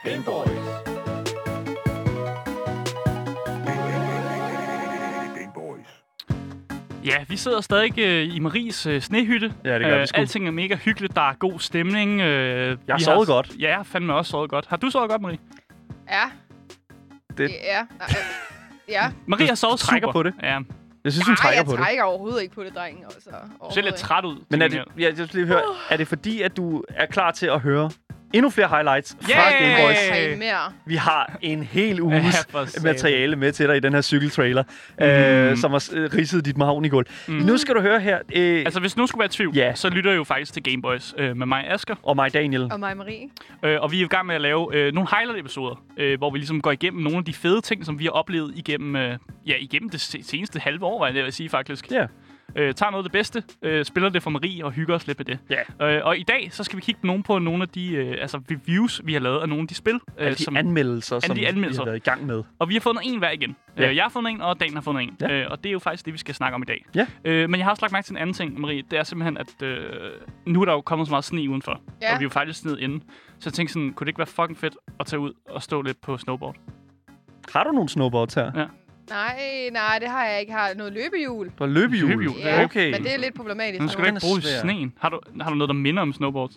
Gameboys. Ja, vi sidder stadig i Maries snehytte. Ja, det gør vi sgu. Alting er mega hyggeligt. Der er god stemning. Jeg har sovet godt. Ja, jeg har fandme også sovet godt. Har du sovet godt, Marie? Ja. Det- Ja. Ja. Marie har sovet trækker super. på det. Ja. Jeg synes, hun trækker jeg på det. trækker overhovedet ikke på det, dreng. Altså, Du ser lidt træt ud. Men er til det, gengæld. jeg skal lige høre, er det fordi, at du er klar til at høre endnu flere highlights fra Yeah! Gameboys? Hey, mere. Vi har en hel Ja, uges for satan. materiale med til dig i den her cykeltrailer, som har ridset dit mahogni-gulv. Nu skal du høre her. Altså, hvis nu skulle være i tvivl, Ja. så lytter jeg jo faktisk til Gameboys med mig, Asger. Og mig, Daniel. Og mig, Marie. Og vi er i gang med at lave nogle highlight-episoder, hvor vi ligesom går igennem nogle af de fede ting, som vi har oplevet igennem, igennem det seneste halve år, hvad jeg vil sige faktisk. Ja. Tager noget af det bedste, spiller det for Marie og hygger os lidt med det. Ja. Og i dag, så skal vi kigge på nogle af de reviews, vi har lavet af nogle af de spil. Alle de anmeldelser, som vi har været i gang med. Og vi har fundet en hver igen. Ja. Jeg har fundet en, og Dan har fundet en. Ja. Og det er jo faktisk det, vi skal snakke om i dag. Ja. Men jeg har også lagt mærke til en anden ting, Marie. Det er simpelthen, at nu er der jo kommet så meget sne udenfor. Ja. Og vi er jo faktisk ned inde. Så jeg tænkte sådan, kunne det ikke være fucking fedt at tage ud og stå lidt på snowboard? Har du nogle snowboards her? Ja. Nej, det har jeg ikke. Jeg har noget løbehjul. Du har løbehjul? Løbehjul, Ja, Okay. men det er lidt problematisk. Men nu. skal du ikke bruge i svær. sneen? Har du noget, der minder om snowboards?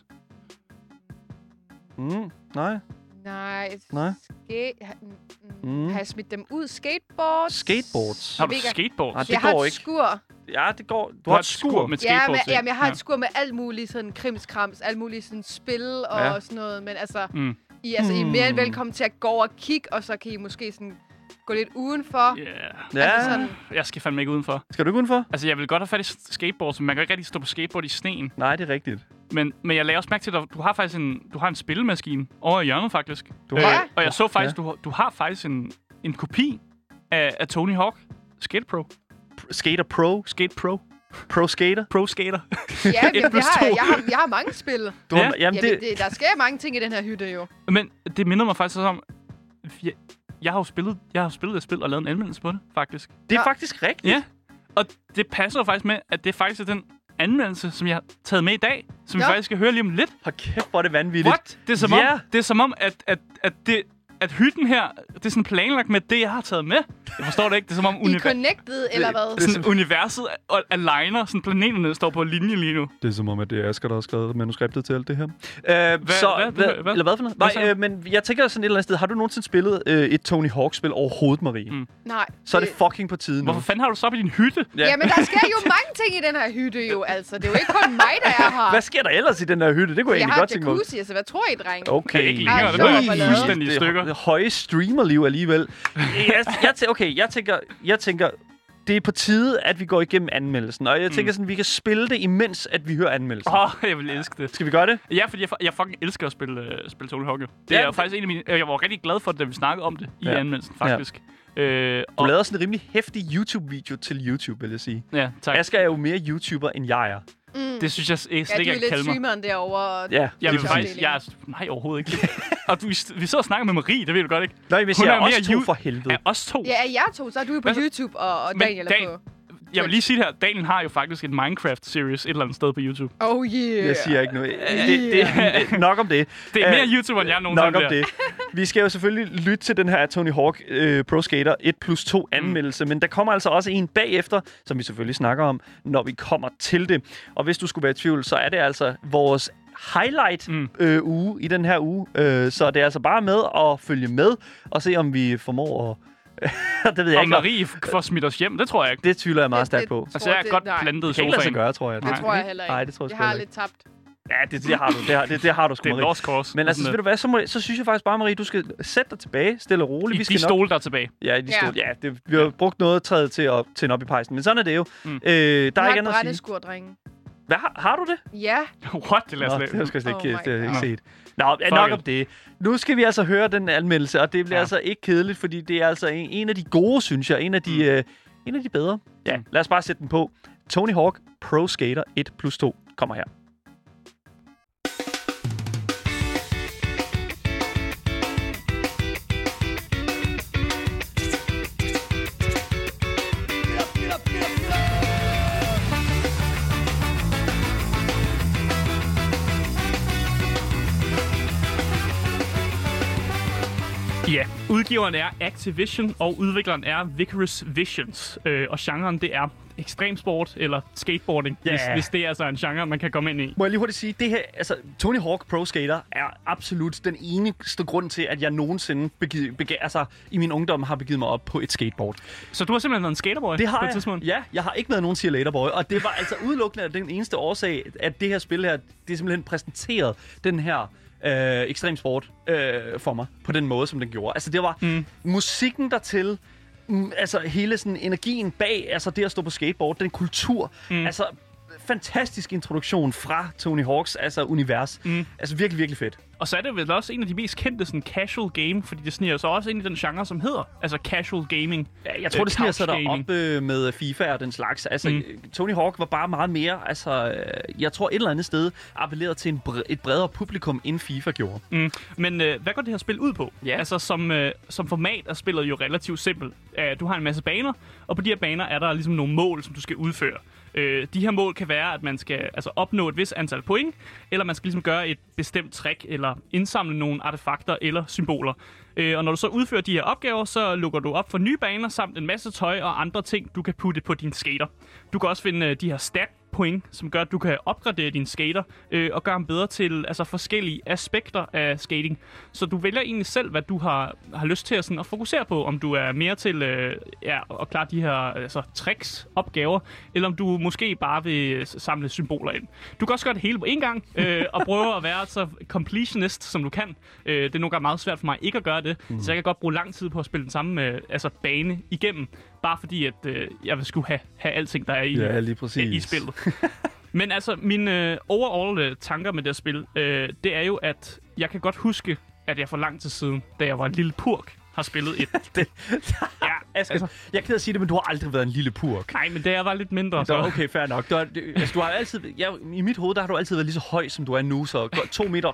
Nej. Nej. Nej. Har jeg smidt dem ud? Skateboards? Skateboards? Har du Mega. skateboards? Nej, det Jeg har går et ikke. skur. Ja, det går. Du har et skur med Ja, skateboards i. men jeg har et skur med alt muligt sådan krimskrams, alt muligt sådan spil og sådan noget. Men altså, I er mere end velkommen til at gå over og kigge, og så kan I måske sådan gå lidt udenfor. Yeah. Ja. Altså sådan, Jeg skal fandme ikke udenfor. Skal du ikke udenfor? Altså, jeg vil godt have fat i skateboards, men man kan ikke rigtig stå på skateboard i sneen. Nej, det er rigtigt. Men jeg lagde også mærke til, at du har faktisk en spillemaskine over i hjørnet, faktisk. Du har? Og jeg så faktisk, du har faktisk en kopi af Tony Hawk Skate Pro. Skater Pro? Skate Pro. Pro Skater? Pro Skater. ja, men 1 plus 2. jeg har mange spil. Du har, Ja. jamen, Ja, der sker mange ting i den her hytte jo. Men det minder mig faktisk også om... Jeg har jo spillet et spil og lavet en anmeldelse på det, faktisk. det er faktisk rigtigt. Ja, og det passer jo faktisk med, at det faktisk er den anmeldelse, som jeg har taget med i dag, som vi Ja. faktisk skal høre lige om lidt. Hold kæft, hvor er det vanvittigt. What? Det er som om, Ja. det er som om at hytten her, det er sådan planlagt med det, jeg har taget med. Jeg forstår det ikke. Det er som om I er connected, eller hvad? sådan universet aligner, sådan planeterne står på linje lige nu. Det er som om, at det er Asger, der har skrevet manuskriptet til alt det her. Hvad? Eller hvad for noget? Hvad sagde Nej, men jeg tænker sådan et eller andet sted. Har du nogensinde spillet et Tony Hawk-spil overhovedet, Marie? Nej. Så er det fucking på tide nu. Hvorfor fanden har du så op i din hytte? Jamen, der sker jo mange ting i den her hytte jo, altså. Det er jo ikke kun mig, der er her. Hvad sker der ellers i den der hytte? Det kunne jeg Jeg egentlig har godt et tænke mig. jacuzzi, altså. Hvad tror I, dreng? Okay. Ikke længere. Ej, Det var sjovt, ballade. fuldstændig i stykker. Det høje streamerliv alligevel. Jeg tænker, det er på tide, at vi går igennem anmeldelsen. Og jeg tænker sådan, vi kan spille det, imens at vi hører anmeldelsen. Jeg vil elske det. Skal vi gøre det? Ja, fordi jeg fucking elsker at spille Tony Hawk. Det Ja, er jo faktisk en af mine... Jeg var rigtig glad for det, da vi snakkede om det i anmeldelsen, faktisk. Du lavede også en rimelig heftig YouTube-video til YouTube, vil jeg sige. Ja, tak. Asger er jo mere YouTuber, end jeg er. Det synes jeg slet Ja, ikke, du er jeg kan lidt kalde mig. streameren derovre. Ja, Jeg vil lige faktisk... Nej, overhovedet ikke. Og vi sidder og snakker med Marie, det ved du godt, ikke? Nej, hvis Hun jeg er er også mere to for helvede. Ja, os to. Ja, jeg to, så er du på Hvad så? YouTube, og Men Daniel er på... Jeg vil lige sige det her. Daniel har jo faktisk en Minecraft-series et eller andet sted på YouTube. Oh yeah. Jeg siger ikke noget. Nok om det. Det er mere YouTuber, end jeg nogensinde Nok om det. Vi skal jo selvfølgelig lytte til den her Tony Hawk Pro Skater 1+2 anmeldelse, men der kommer altså også en bagefter, som vi selvfølgelig snakker om, når vi kommer til det. Og hvis du skulle være i tvivl, så er det altså vores highlight uge i den her uge. Så det er altså bare med at følge med og se, om vi formår at... det ved jeg Og ikke. Marie får smidt os hjem, det tror jeg ikke. Det tvivler jeg meget stærkt på. Altså, jeg er godt plantet i Det kan ikke lade sig sofaen. gøre, tror jeg. Det tror jeg heller ikke. Nej, det tror jeg Jeg sgu har heller lidt tabt. Ja, det har du. Det har du sgu, Det er en Marie. lost cause. Men altså, ved du hvad, så synes jeg faktisk bare, Marie, du skal sætte dig tilbage, stille og roligt. I Vi skal de stole, der er tilbage. Ja, de Ja. stole. Ja, vi har brugt noget træet til at tænde op i pejsen, men sådan er det jo. Der er ikke andet at sige. brætteskur, drenge. Hvad, har du det? Ja. What? Det lader Nå, slet det har jeg sgu slet Oh ikke, my det har jeg ikke God. set. Nå, nok om det. Nu skal vi altså høre den anmeldelse, og det bliver altså ikke kedeligt, fordi det er altså en af de gode, synes jeg. En af de bedre. Ja, lad os bare sætte den på. Tony Hawk Pro Skater 1+2 kommer her. Ja, udgiveren er Activision, og udvikleren er Vicarious Visions. Og genren, det er ekstremsport eller skateboarding, hvis det er altså en genre, man kan komme ind i. Må jeg lige hurtigt sige, det her, altså Tony Hawk Pro Skater er absolut den eneste grund til, at jeg nogensinde i min ungdom har begivet mig op på et skateboard. Så du har simpelthen været en skaterboy det har på et jeg. tidspunkt? Ja, jeg har ikke været nogen cheerleaderboy, og det var altså udelukkende den eneste årsag, at det her spil her, det er simpelthen præsenteret den her ekstremsport for mig, på den måde, som den gjorde. Altså det var musikken dertil, altså hele sådan energien bag, altså det at stå på skateboard, den kultur, altså fantastisk introduktion fra Tony Hawks univers. Altså virkelig, virkelig fedt. Og så er det vel også en af de mest kendte sådan casual game, fordi det sniger så også ind i den genre, som hedder altså casual gaming. Ja, jeg tror, det sniger sig derop med FIFA og den slags. Altså, Tony Hawk var bare meget mere, jeg tror et eller andet sted appelleret til et bredere publikum, end FIFA gjorde. Men hvad går det her spil ud på? Ja. Altså, som format er spillet jo relativt simpelt. Du har en masse baner, og på de her baner er der ligesom nogle mål, som du skal udføre. De her mål kan være, at man skal opnå et vis antal point, eller man skal ligesom gøre et bestemt trick, eller indsamle nogle artefakter eller symboler. Og når du så udfører de her opgaver, så lukker du op for nye baner, samt en masse tøj og andre ting, du kan putte på dine skater. Du kan også finde de her stat-point, som gør, at du kan opgradere dine skater og gøre dem bedre til forskellige aspekter af skating. Så du vælger egentlig selv, hvad du har lyst til at fokusere på. Om du er mere til at klare de her tricks, opgaver, eller om du måske bare vil samle symboler ind. Du kan også gøre det hele på en gang og prøve at være så completionist, som du kan. Det er nogle gange meget svært for mig ikke at gøre det, så jeg kan godt bruge lang tid på at spille den samme bane igennem, bare fordi at jeg vil skulle have alting, der er i spillet. Men altså, mine overall tanker med det spil, det er jo, at jeg kan godt huske, at jeg for lang tid siden, da jeg var en lille purk, har spillet et... Asger, jeg er ked at sige det, men du har aldrig været en lille purk. Nej, men da jeg var lidt mindre, så... Okay, fair nok. Du har altid... I mit hoved, der har du altid været lige så høj, som du er nu, så 2,2 meter.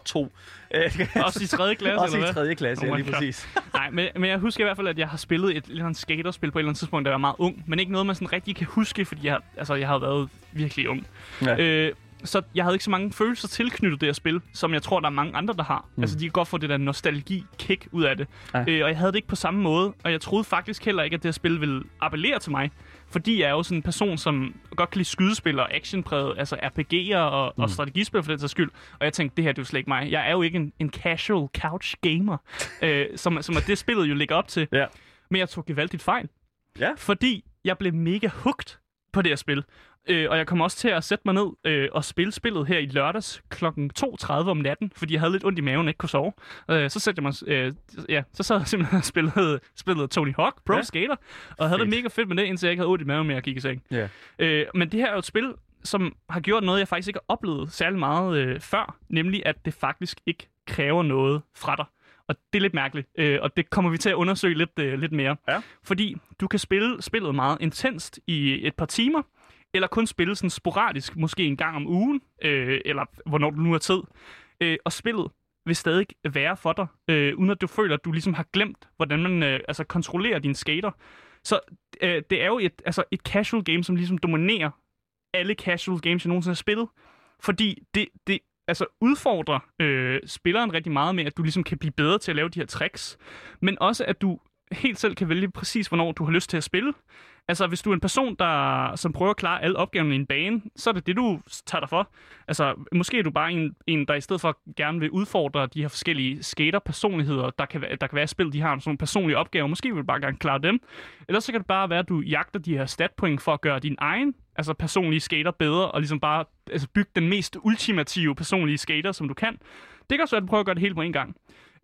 Også i 3. klasse, også eller hvad? Også i 3. klasse, ja, lige præcis. Nej, men jeg husker i hvert fald, at jeg har spillet et eller andet skaterspil på et eller andet tidspunkt, da jeg var meget ung, men ikke noget, man sådan rigtig kan huske, fordi jeg har været virkelig ung. Ja. Så jeg havde ikke så mange følelser tilknyttet det her spil, som jeg tror, der er mange andre, der har. Altså, de kan godt få det der nostalgi-kick ud af det. Ja. Og jeg havde det ikke på samme måde, og jeg troede faktisk heller ikke, at det her spil ville appellere til mig. Fordi jeg er jo sådan en person, som godt kan lide skydespil og actionpræget, altså RPG'er og strategispil for den sags skyld. Og jeg tænkte, det her det er jo slet ikke mig. Jeg er jo ikke en casual couch gamer, som er det spillet jo ligger op til. Ja. Men jeg tog gevaldigt fejl. Ja. Fordi jeg blev mega hooked på det her spil. Og jeg kom også til at sætte mig ned og spille spillet her i lørdags kl. 2:30 om natten, fordi jeg havde lidt ondt i maven og ikke kunne sove. Så satte jeg mig, så sad jeg simpelthen og spillede Tony Hawk Pro Skater, og havde det mega fedt med det, indtil jeg ikke havde ondt i maven med at kigge i seng. Yeah. Men det her er jo et spil, som har gjort noget, jeg faktisk ikke har oplevet særlig meget før, nemlig at det faktisk ikke kræver noget fra dig. Og det er lidt mærkeligt, og det kommer vi til at undersøge lidt mere. Ja. Fordi du kan spille spillet meget intenst i et par timer, eller kun spille sådan sporadisk, måske en gang om ugen, eller hvornår du nu har tid. Og spillet vil stadig være for dig, uden at du føler, at du ligesom har glemt, hvordan man kontrollerer dine skater. Så det er jo et casual game, som ligesom dominerer alle casual games, jeg nogensinde har spillet. Fordi det udfordrer spilleren rigtig meget med, at du ligesom kan blive bedre til at lave de her tricks, men også at du helt selv kan vælge præcis, hvornår du har lyst til at spille. Altså, hvis du er en person, som prøver at klare alle opgaverne i en bane, så er det du tager dig for. Altså, måske er du bare en, der i stedet for gerne vil udfordre de her forskellige skater-personligheder, der kan være i spil, de har sådan nogle personlige opgaver. Måske vil du bare gerne klare dem. Ellers så kan det bare være, at du jagter de her statpoint for at gøre din egen personlige skater bedre, og ligesom bare bygge den mest ultimative personlige skater, som du kan. Det kan også være, at du prøver at gøre det hele på en gang.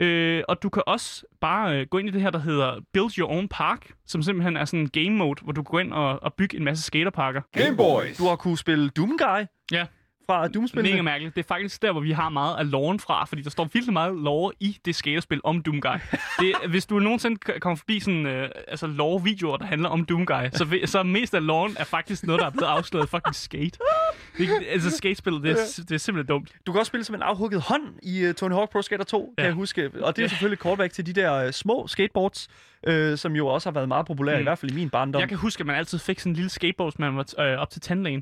Og du kan også bare gå ind i det her, der hedder Build Your Own Park, som simpelthen er sådan en game mode, hvor du går ind og bygge en masse skaterparker. Gameboys! Du har kunnet spille Doomguy. Ja. Fra Doom-spillene. Mega mærkeligt. Det er faktisk der, hvor vi har meget af loren fra, fordi der står virkelig meget lore i det skaterspil om Doomguy. Hvis du nogensinde kommer forbi sådan lore-videoer, der handler om Doomguy, så mest af loren er faktisk noget, der er blevet afsløret fucking skate. Skatespillet, det er simpelthen dumt. Du kan også spille som en afhugget hånd i Tony Hawk Pro Skater 2, kan jeg huske. Og det er selvfølgelig callback til de der små skateboards, som jo også har været meget populære, i hvert fald i min barndom. Jeg kan huske, at man altid fik sådan en lille skateboard, man var op til tandlægen.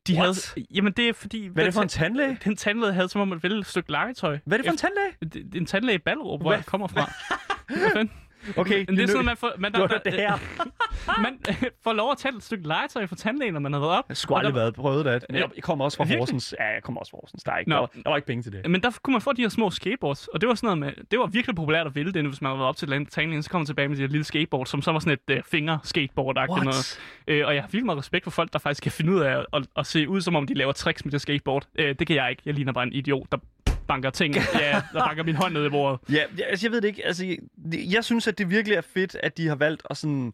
Jamen det er fordi... Hvad er det for en tandlæge? Den tandlæge havde som om et vældig stykke legetøj. Hvad er det for en tandlæge? En tandlæge i Ballerup, hvor jeg kommer fra. Hvad fanden? Okay, det er sådan, man får, man får lov at tage et stykke legetøj fra tandlægen, når man har været op. Jeg skulle aldrig været prøvet det. Jeg kommer også fra Horsens. Ja, jeg kommer også fra Horsens. Der var ikke penge til det. Men der kunne man få de her små skateboards, og det var sådan noget med, det var virkelig populært at vælge det, hvis man havde været op til et eller andet tandlægen, så kom man tilbage med de her lille skateboard, som så var sådan et finger-skateboard-agtigt noget. Og jeg har virkelig meget respekt for folk, der faktisk kan finde ud af at se ud, som om de laver tricks med det skateboard. Det kan jeg ikke. Jeg ligner bare en idiot, der banker ting. Ja, der banker min hånd ned i bordet. Ja, altså jeg ved det ikke. Altså, jeg synes, at det virkelig er fedt, at de har valgt at sådan...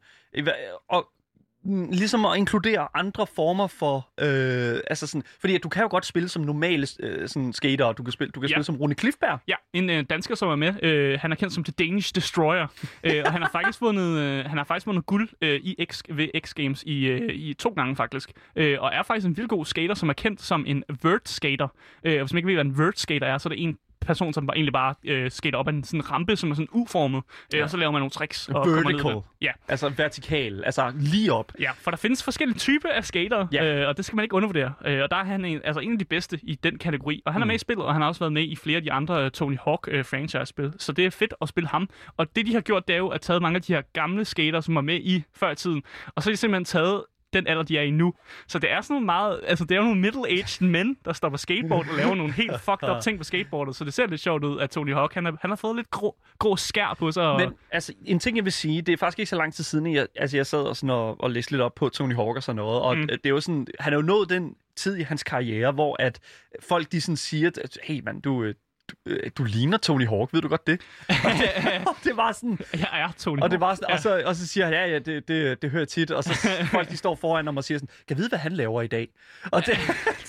ligesom at inkludere andre former for... altså sådan, fordi at du kan jo godt spille som normale sådan skater, og du kan spille som Rune Klifberg. Ja, en dansker, som er med. Han er kendt som The Danish Destroyer. Og han har faktisk vundet guld ved X Games i 2 gange faktisk. Og er faktisk en vildt god skater, som er kendt som en vert skater. Og hvis man ikke ved, hvad en vert skater er, så er det en person, som egentlig bare skater op ad en sådan rampe, som er sådan uformet, og så laver man nogle tricks. Og vertical. Ja. Altså vertikal. Altså lige op. Ja, for der findes forskellige typer af skater, og det skal man ikke undervurdere. Og der er han en af de bedste i den kategori. Og han er med i spillet, og han har også været med i flere af de andre Tony Hawk franchise-spil. Så det er fedt at spille ham. Og det, de har gjort, det er jo at tage mange af de her gamle skater, som var med i før i tiden, og så har de simpelthen taget den alder, de er i nu. Så det er sådan nogle meget... Altså, det er jo nogle middle-aged mænd, der står på skateboard og laver nogle helt fucked up ting på skateboardet. Så det ser lidt sjovt ud, at Tony Hawk, han har fået lidt grå skær på sig. Men altså, en ting, jeg vil sige, det er faktisk ikke så lang tid siden, jeg sad og, sådan og læste lidt op på Tony Hawk og sådan noget. Og det er jo sådan... Han er jo nået den tid i hans karriere, hvor at folk, de sådan siger, at hey mand, du ligner Tony Hawk, ved du godt det? Og det var sådan... Jeg er Tony Hawk. Og det var sådan, og så siger han, ja, det hører tit. Og så folk, de står foran ham og siger sådan, kan jeg vide, hvad han laver i dag? Og det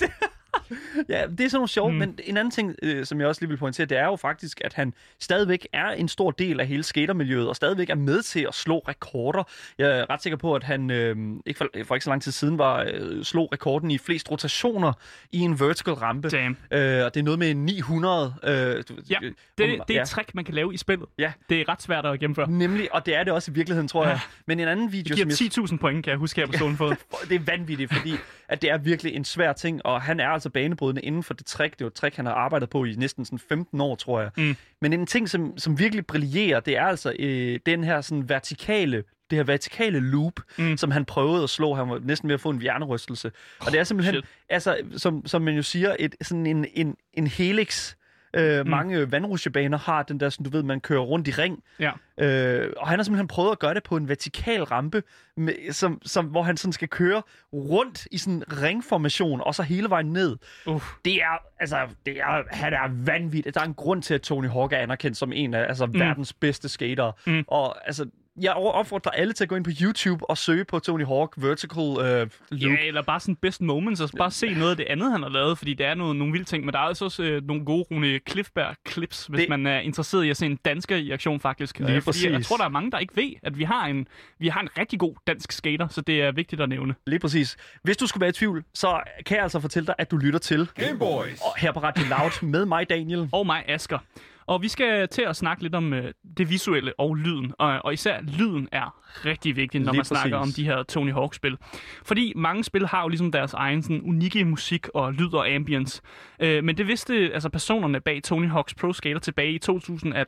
ja, det er sådan nogle sjovt, men en anden ting, som jeg også lige vil pointere, det er jo faktisk, at han stadigvæk er en stor del af hele skatermiljøet, og stadigvæk er med til at slå rekorder. Jeg er ret sikker på, at han for ikke så lang tid siden slog rekorden i flest rotationer i en vertical rampe. Damn. Og det er noget med 900. Ja, det er et trick, man kan lave i spillet. Ja. Det er ret svært at gennemføre. Nemlig, og det er det også i virkeligheden, tror jeg. Men en anden video... Det giver 10.000 point, kan jeg huske her på stående fod. Det er vanvittigt, fordi at det er virkelig en svær ting, og han er altså banebrydende inden for det trick. Det er jo et trick, han har arbejdet på i næsten sådan 15 år, tror jeg. Men en ting, som virkelig brillerer, det er altså den her sådan vertikale loop, som han prøvede at slå. Han var næsten ved at få en hjernerystelse. Og det er simpelthen, altså, som man jo siger, sådan en helix. Mange vandrutsjebaner har den der, som du ved, man kører rundt i ring. Ja. Og han har simpelthen prøvet at gøre det på en vertikal rampe, hvor han sådan skal køre rundt i sådan en ringformation, og så hele vejen ned. Det er, han er vanvittigt. Der er en grund til, at Tony Hawk er anerkendt som en af verdens bedste skatere. Og altså, jeg opfordrer alle til at gå ind på YouTube og søge på Tony Hawk Vertical Loop. Ja, eller bare sådan best moments, og bare se noget af det andet, han har lavet, fordi det er nogle vilde ting. Men der er også nogle gode Rune Klifberg-clips, hvis man er interesseret i at se en dansker i aktion, faktisk. Fordi jeg tror, der er mange, der ikke ved, at vi har en rigtig god dansk skater, så det er vigtigt at nævne. Lige præcis. Hvis du skulle være i tvivl, så kan jeg altså fortælle dig, at du lytter til Game Boys. Og her på Radio Loud med mig, Daniel. Og mig, Asger. Og vi skal til at snakke lidt om det visuelle og lyden. Og især lyden er rigtig vigtig, når man snakker om de her Tony Hawk-spil. Fordi mange spil har jo ligesom deres egen sådan, unikke musik og lyd og ambience. Men det vidste altså personerne bag Tony Hawk's Pro Skater tilbage i 2000 og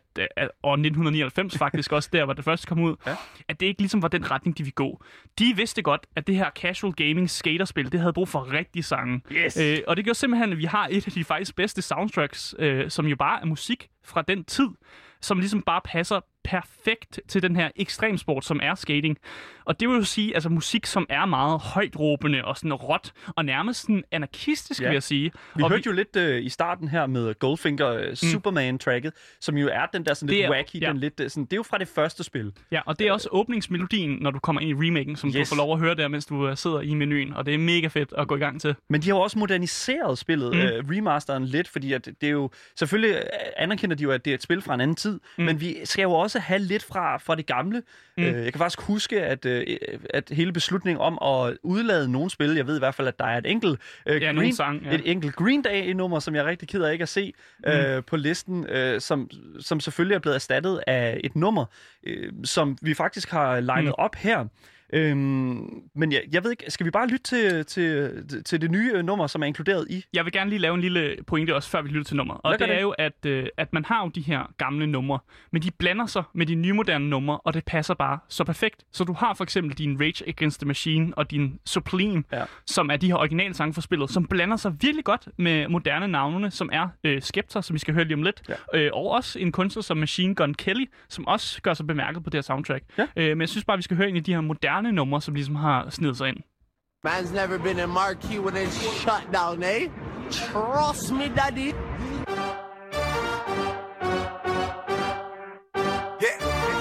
1999 faktisk også, der hvor det første kom ud, at det ikke ligesom var den retning, de ville gå. De vidste godt, at det her casual gaming skaterspil, det havde brug for rigtig sange. Yes. Og det gør simpelthen, at vi har et af de faktisk bedste soundtracks, som jo bare er musik fra den tid, som ligesom bare passer perfekt til den her ekstremsport, som er skating. Og det vil jo sige, altså musik, som er meget højtråbende og sådan råt, og nærmest sådan anarkistisk, vil jeg sige. Vi hørte jo lidt i starten her med Goldfinger Superman-tracket, som jo er den der sådan lidt wacky, den lidt sådan, det er jo fra det første spil. Ja, og det er også åbningsmelodien, når du kommer ind i remaken, som du får lov at høre der, mens du sidder i menuen, og det er mega fedt at gå i gang til. Men de har jo også moderniseret spillet, remasteren lidt, fordi at det er jo, selvfølgelig anerkender de jo, at det er et spil fra en anden tid, men vi skal jo også have lidt fra det gamle. Jeg kan faktisk huske, at hele beslutningen om at udlade nogle spil, jeg ved i hvert fald, at der er et enkelt et enkelt Green Day-nummer, som jeg er rigtig ked af ikke at se på listen, som selvfølgelig er blevet erstattet af et nummer, som vi faktisk har linet op her. Men jeg ved ikke, skal vi bare lytte til det nye nummer, som er inkluderet i? Jeg vil gerne lige lave en lille pointe også, før vi lytter til nummeret. Og det er jo, at man har jo de her gamle numre, men de blander sig med de nye moderne numre, og det passer bare så perfekt. Så du har for eksempel din Rage Against the Machine og din Sublime, som er de her originale sange fra spillet, som blander sig virkelig godt med moderne navnene, som er Skepta, som vi skal høre lige om lidt, og også en kunstner som Machine Gun Kelly, som også gør sig bemærket på det her soundtrack. Men jeg synes bare, vi skal høre en af de her moderne numre, som ligesom har snedet sig ind. Man's never been in marquee when it's shut down, eh? Trust me, daddy. Yeah.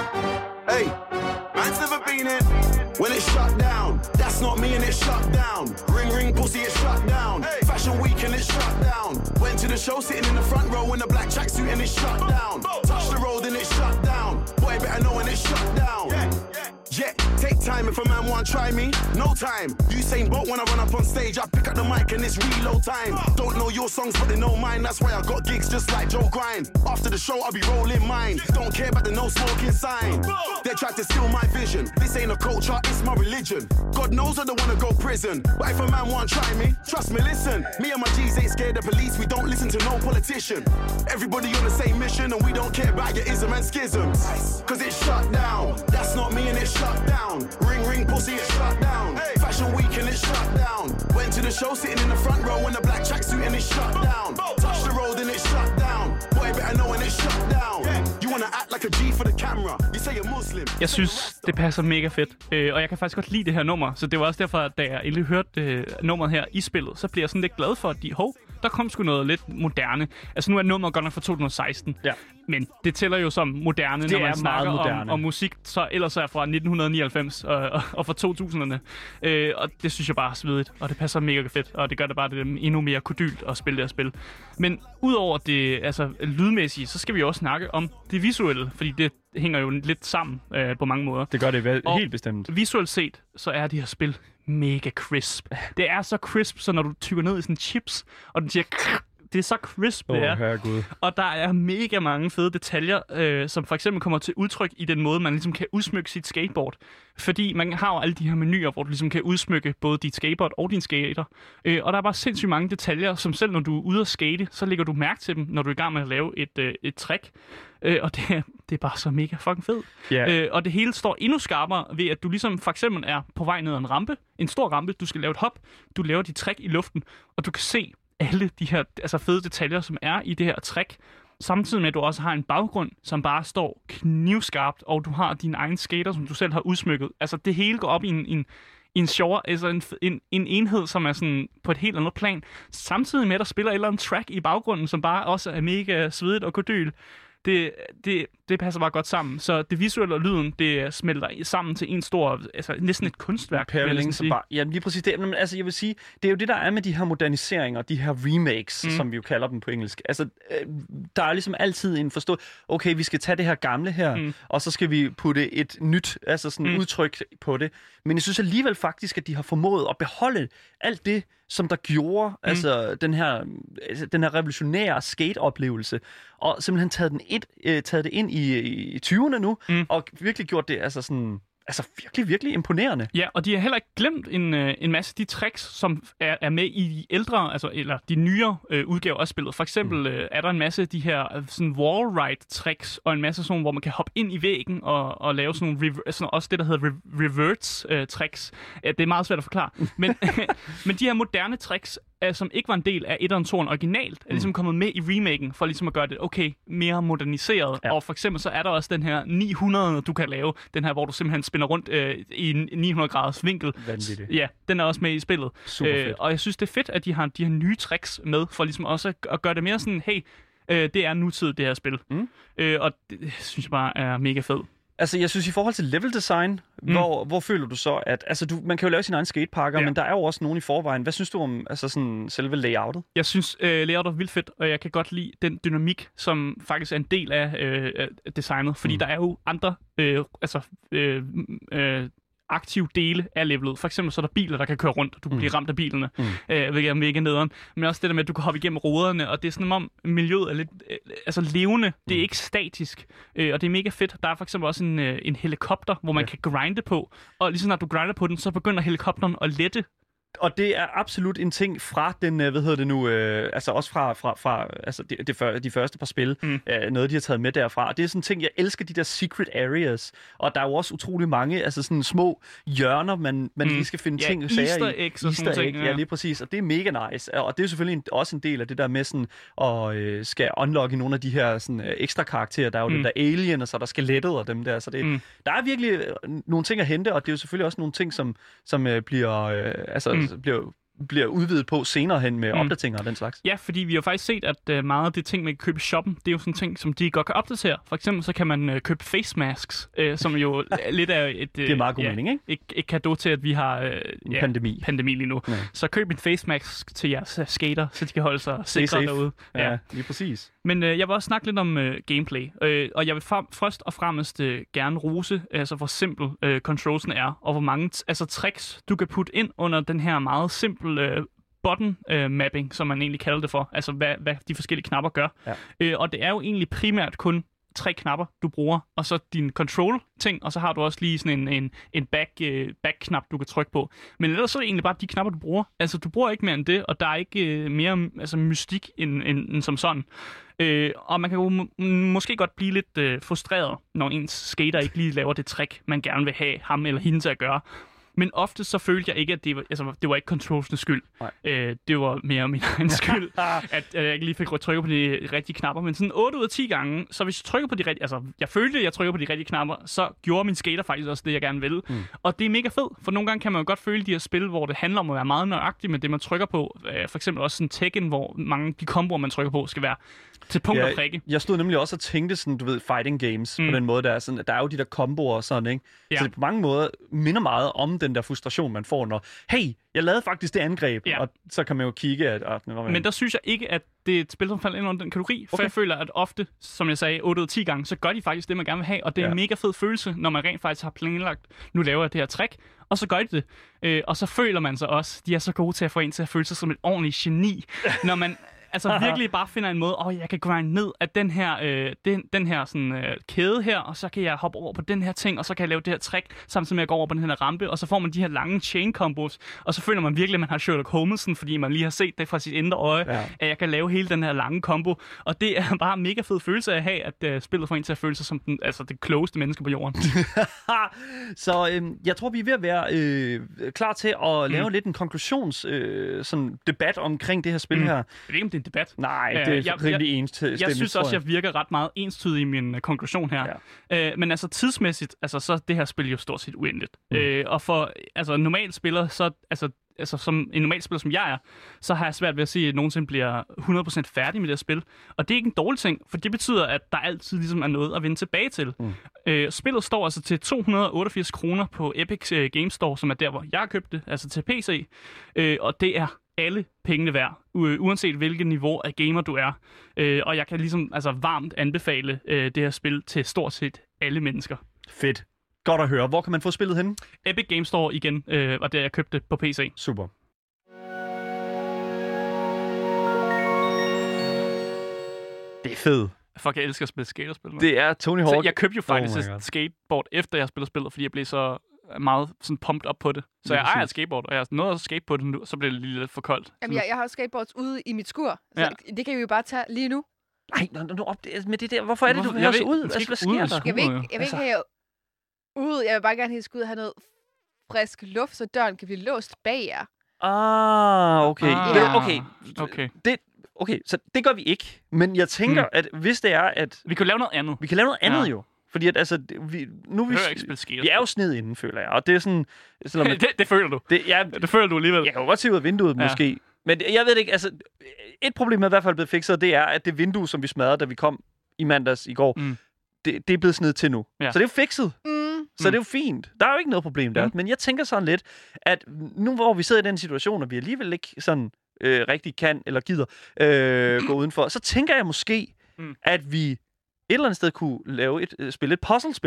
Hey, man's never been in when it's shut down. That's not me and it's shut down. Ring, ring, pussy, it's shut down. Hey. Fashion week and it's shut down. Went to the show sitting in the front row in a black tracksuit and it's shut down. Touch the road and it's shut down. Boy, better know when it's shut down. Yeah, take time if a man want try me. No time. Usain Bolt when I run up on stage, I pick up the mic and it's reload time. Don't know your songs, but they know mine. That's why I got gigs just like Joe Grind. After the show, I'll be rolling mine. Don't care about the no smoking sign. They tried to steal my vision. This ain't a culture, it's my religion. God knows I don't wanna go prison, but if a man want try me, trust me, listen. Me and my G's ain't scared of police. We don't listen to no politician. Everybody on the same mission, and we don't care about your ism and schisms. Cause it's shut down. That's not me and it's shut down. Ring, ring, pussy, it's shut down. Fashion week and it's shut down. Went to the show sitting in the front row in a black tracksuit and it's shut down. Touch the road and it's shut down. Boy, better know when it's shut down. You wanna act like a G for the camera. You say you're Muslim. Jeg synes, det passer mega fedt. Og jeg kan faktisk godt lide det her nummer. Så det var også derfor, da jeg endelig hørte nummeret her i spillet, så bliver jeg sådan lidt glad for, at der kom sgu noget lidt moderne. Altså nu er nummeret godt nok fra 2016. Ja. Men det tæller jo som moderne, når man snakker om musik, så ellers er fra 1999 og fra 2000'erne. Og det synes jeg bare er svedigt, og det passer mega fedt, og det gør det bare det endnu mere kodylt at spille det her spil. Men udover det altså lydmæssige, så skal vi også snakke om det visuelle, fordi det hænger jo lidt sammen på mange måder. Det gør det helt bestemt. Visuelt set, så er det her spil mega crisp. Det er så crisp, så når du tykker ned i sådan chips, og den siger... Det er så crisp, det er. Herregud. Og der er mega mange fede detaljer, som for eksempel kommer til udtryk i den måde, man ligesom kan udsmykke sit skateboard. Fordi man har jo alle de her menuer, hvor du ligesom kan udsmykke både dit skateboard og din skater. Og der er bare sindssygt mange detaljer, som selv når du er ude at skate, så lægger du mærke til dem, når du er i gang med at lave et trick. Og det er bare så mega fucking fedt. Yeah. Og det hele står endnu skarpere ved, at du ligesom for eksempel er på vej ned ad en rampe. En stor rampe, du skal lave et hop. Du laver dit trick i luften, og du kan se alle de her altså fede detaljer, som er i det her trick, samtidig med, at du også har en baggrund, som bare står knivskarpt, og du har dine egne skater, som du selv har udsmykket. Altså, det hele går op i en sjovere, altså en enhed, som er sådan på et helt andet plan, samtidig med, at der spiller et eller andet track i baggrunden, som bare også er mega svedigt og kodyl. Det passer bare godt sammen. Så det visuelle og lyden, det smelter sammen til en stor, altså næsten et kunstværk. Ja, lige præcis det. Men altså, jeg vil sige, det er jo det, der er med de her moderniseringer, de her remakes, som vi jo kalder dem på engelsk. Altså, der er ligesom altid en forstået, okay, vi skal tage det her gamle her, og så skal vi putte et nyt, altså sådan udtryk på det. Men jeg synes alligevel faktisk, at de har formået at beholde alt det, som der gjorde altså den her revolutionære skate-oplevelse, og simpelthen taget det ind i 20'erne nu, og virkelig gjort det altså sådan... Altså virkelig, virkelig imponerende. Ja, og de har heller ikke glemt en masse af de tricks, som er med i de ældre, altså eller de nyere udgaver af spillet. For eksempel er der en masse af de her sådan wall ride tricks, og en masse sådan, hvor man kan hoppe ind i væggen og lave sådan nogle også det, der hedder reverts tricks. Det er meget svært at forklare. Men de her moderne tricks, som ikke var en del af 1'eren, 2'eren originalt, er ligesom kommet med i remaken, for ligesom at gøre det mere moderniseret. Ja. Og for eksempel så er der også den her 900, du kan lave, den her, hvor du simpelthen spinner rundt i en 900 graders vinkel. Vanvittigt. Ja, den er også med i spillet. Super fedt. Og jeg synes, det er fedt, at de har de her nye tricks med, for ligesom også at gøre det mere sådan, hey, det er nutid, det her spil. Og det synes jeg bare er mega fedt. Altså, jeg synes, i forhold til level design, hvor føler du så, at... Altså, man kan jo lave sine egne skateparker, men der er jo også nogen i forvejen. Hvad synes du om altså sådan, selve layoutet? Jeg synes, layoutet er vildt fedt, og jeg kan godt lide den dynamik, som faktisk er en del af designet. Fordi der er jo andre aktive dele af levelet. For eksempel så er der biler, der kan køre rundt, og du kan blive ramt af bilerne, hvilket er mega nederen. Men også det der med, at du kan hoppe igennem ruderne, og det er sådan, om miljøet er lidt levende. Det er ikke statisk, og det er mega fedt. Der er for eksempel også en helikopter, hvor man kan grinde på, og lige så snart du grinder på den, så begynder helikopteren at lette. Og det er absolut en ting fra den, altså også fra altså de første par spil, noget de har taget med derfra. Og det er sådan en ting, jeg elsker de der secret areas, og der er jo også utrolig mange, altså sådan små hjørner, man lige skal finde ting og sager i. Easter eggs og sådan ting. Ja, lige præcis, og det er mega nice. Og det er selvfølgelig også en del af det der med sådan, at skal unlocke nogle af de her sådan, ekstra karakterer. Der er jo den der alien, og så er der skelettet og dem der. Så det, der er virkelig nogle ting at hente, og det er jo selvfølgelig også nogle ting, som bliver udvidet på senere hen med opdateringer og den slags. Ja, fordi vi har faktisk set, at meget af det ting, man kan købe i shoppen, det er jo sådan ting, som de godt kan opdatere. For eksempel så kan man købe face masks, som jo lidt er et... det er meget god mening, ikke? Et cadeau til, at vi har pandemi lige nu. Ja. Så køb en face mask til jeres skater, så de kan holde sig sikre derude. Ja, lige præcis. Men jeg vil også snakke lidt om gameplay, og jeg vil først og fremmest gerne rose, altså hvor simpel controlsen er, og hvor mange tricks, du kan putte ind under den her meget simpel button mapping, som man egentlig kalder det for, altså hvad de forskellige knapper gør. Ja. Og det er jo egentlig primært kun 3 knapper, du bruger, og så din control-ting, og så har du også lige sådan en back-knap, du kan trykke på. Men ellers så er det egentlig bare de knapper, du bruger. Altså, du bruger ikke mere end det, og der er ikke mere mystik end som sådan. Og man kan jo måske godt blive lidt frustreret, når ens skater ikke lige laver det trick, man gerne vil have ham eller hende til at gøre. Men ofte så følte jeg ikke, at det var ikke controlsens skyld. Det var mere min egen skyld, at jeg ikke lige fik trykket på de rigtige knapper. Men sådan 8 ud af 10 gange, så hvis jeg trykker på de rigtige... Altså, jeg følte, at jeg trykker på de rigtige knapper, så gjorde min skater faktisk også det, jeg gerne ville. Og det er mega fedt, for nogle gange kan man jo godt føle de her spil, hvor det handler om at være meget nøjagtig med det, man trykker på. For eksempel også sådan Tekken, hvor mange de komboer, man trykker på, skal være til punkt og prikke. Jeg stod nemlig også og tænkte sådan, du ved, fighting games på den måde, der er sådan, der er jo de der komboer og sådan, ikke? Ja. Så det på mange måder minder meget om den der frustration, man får, når, hey, jeg lavede faktisk det angreb, og så kan man jo kigge, at... Men der synes jeg ikke, at det er et spil, som falder ind under den kategori, for jeg føler, at ofte, som jeg sagde, 8 ud af 10 gange, så gør de faktisk det, man gerne vil have, og det er en mega fed følelse, når man rent faktisk har planlagt, nu laver jeg det her trick, og så gør de det. Og så føler man sig også, de er så gode til at få en til at føle sig som et ordentligt geni, når man... Altså virkelig bare finder en måde, jeg kan grinde ned af den her sådan, kæde her, og så kan jeg hoppe over på den her ting, og så kan jeg lave det her trick, samtidig med at jeg går over på den her rampe, og så får man de her lange chain combos, og så føler man virkelig, at man har Sherlock Holmesen, fordi man lige har set det fra sit indre øje, at jeg kan lave hele den her lange combo, og det er bare en mega fed følelse at have, at spillet får en til at føle sig som det klogeste menneske på jorden. Så jeg tror, vi er ved at være klar til at lave lidt en konklusions sådan debat omkring det her spil her. Jeg ved ikke, om det er en debat. Nej, det er rimelig enstemmigt. Jeg synes også, jeg virker ret meget enstydig i min konklusion her. Ja. Men altså tidsmæssigt, så er det her spil jo stort set uendeligt. Og for normalt spiller, så som en normal spiller, som jeg er, så har jeg svært ved at se, at jeg nogensinde bliver 100% færdig med det her spil. Og det er ikke en dårlig ting, for det betyder, at der altid ligesom er noget at vende tilbage til. Spillet står altså til 288 kroner på Epic Games Store, som er der, hvor jeg har købt det, altså til PC. Og det er alle pengene værd, uanset hvilket niveau af gamer du er. Og jeg kan ligesom varmt anbefale det her spil til stort set alle mennesker. Fedt. Godt at høre. Hvor kan man få spillet henne? Epic Games Store igen, og der jeg købte på PC. Super. Det er fedt. Fuck, jeg elsker at spille skaterspil. Det er Tony Hawk. Så jeg købte jo faktisk et skateboard, efter jeg spillede spillet, fordi jeg blev så meget sådan pumped op på det. Så jeg ejer et skateboard, og jeg har nået at skate på det nu, så bliver det lige lidt for koldt. Jamen, jeg har skateboards ude i mit skur, så det kan vi jo bare tage lige nu. Nej, nu op med det der. Hvorfor er det, du hører så ud? Altså, hvad sker der? Jeg vil ikke have ud. Jeg vil bare gerne have noget frisk luft, så døren kan blive låst bag jer. Okay. Okay, så det gør vi ikke. Men jeg tænker, at hvis det er, at... Vi kan lave noget andet. Vi kan lave noget andet jo. Fordi at, altså, vi er jo sned inden, føler jeg. Og det er sådan... det føler du. Det føler du alligevel. Jeg kan jo godt se ud af vinduet, måske. Men jeg ved ikke, altså... Et problem er i hvert fald blevet fikset, det er, at det vindue, som vi smadrede, da vi kom i mandags i går, det er blevet snedet til nu. Ja. Så det er jo fikset. Så det er jo fint. Der er jo ikke noget problem der. Men jeg tænker sådan lidt, at nu hvor vi sidder i den situation, og vi alligevel ikke sådan rigtig kan eller gider gå udenfor, så tænker jeg måske, at vi et eller andet sted kunne spille et puzzlespil.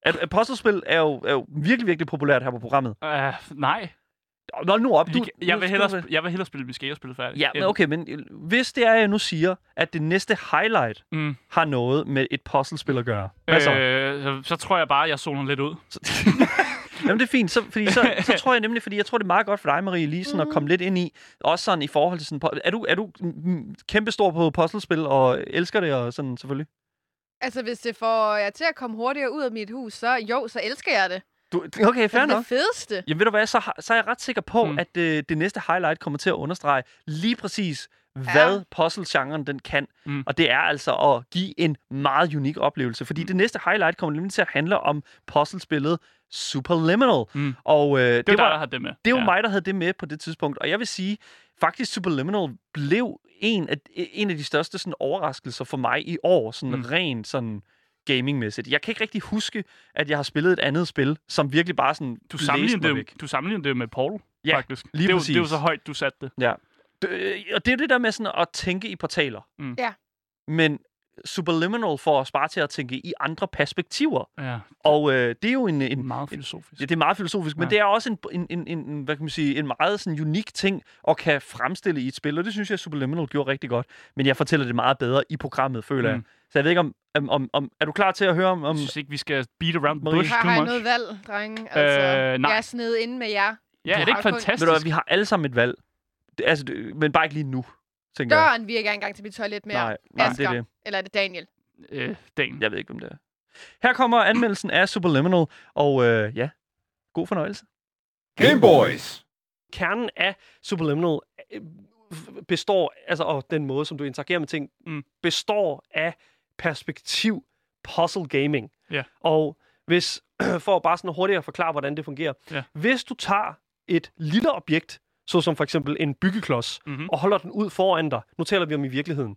At puzzlespil er jo virkelig, virkelig populært her på programmet. Nej. Nå, nu op. Jeg vil hellere spille mit skate-spil færdigt. Ja, men okay, men hvis det er, jeg nu siger, at det næste highlight har noget med et puzzlespil at gøre. Hvad så tror jeg bare, at jeg zoner lidt ud. Jamen, det er fint. Så tror jeg nemlig, fordi jeg tror, det er meget godt for dig, Marie, lige sådan at komme lidt ind i, også sådan i forhold til sådan... Er du kæmpestor på puzzlespil og elsker det og sådan selvfølgelig? Altså, hvis det får jer til at komme hurtigere ud af mit hus, så elsker jeg det. Okay, fair nok. Det fedeste. Jamen ved du hvad, så er jeg ret sikker på, at det næste highlight kommer til at understrege lige præcis, hvad puzzle-genren den kan. Og det er altså at give en meget unik oplevelse. Fordi det næste highlight kommer nemlig til at handle om puzzlespillet Superliminal. Og det var dig, der havde det med. Det var mig, der havde det med på det tidspunkt. Og jeg vil sige, faktisk Superliminal blev en af de største sådan, overraskelser for mig i år. Sådan rent sådan... gamingmæssigt. Jeg kan ikke rigtig huske, at jeg har spillet et andet spil, som virkelig bare sådan Du sammenligner det med Paul, faktisk. Lige præcis. Det er jo så højt, du satte det. Ja. Og det er det der med sådan at tænke i portaler. Ja. Men Superliminal får os bare til at tænke i andre perspektiver. Ja. Og det er jo en meget filosofisk. Det er meget filosofisk, men det er også en hvad kan man sige, en meget sådan unik ting at kan fremstille i et spil, og det synes jeg Superliminal gjorde rigtig godt. Men jeg fortæller det meget bedre i programmet, føler jeg. Så jeg ved ikke om er du klar til at høre om... Jeg synes ikke, vi skal beat around the bush too much. Har jeg noget valg, drenge? Altså, nej. Jeg er sned inde med jer. Ja, er det ikke fantastisk? Ved du, vi har alle sammen et valg. Men bare ikke lige nu, tænker jeg. Døren virker engang til mit toilet mere. Nej, det er det. Eller er det Daniel? Daniel. Jeg ved ikke, hvem det er. Her kommer anmeldelsen af Superliminal, og god fornøjelse. Game Boys! Kernen af Superliminal består, altså og den måde, som du interagerer med ting, består af perspektiv puzzle gaming. Ja. Og hvis, for bare sådan hurtigt at forklare, hvordan det fungerer. Hvis du tager et lille objekt, såsom for eksempel en byggeklods, og holder den ud foran dig, nu taler vi om i virkeligheden,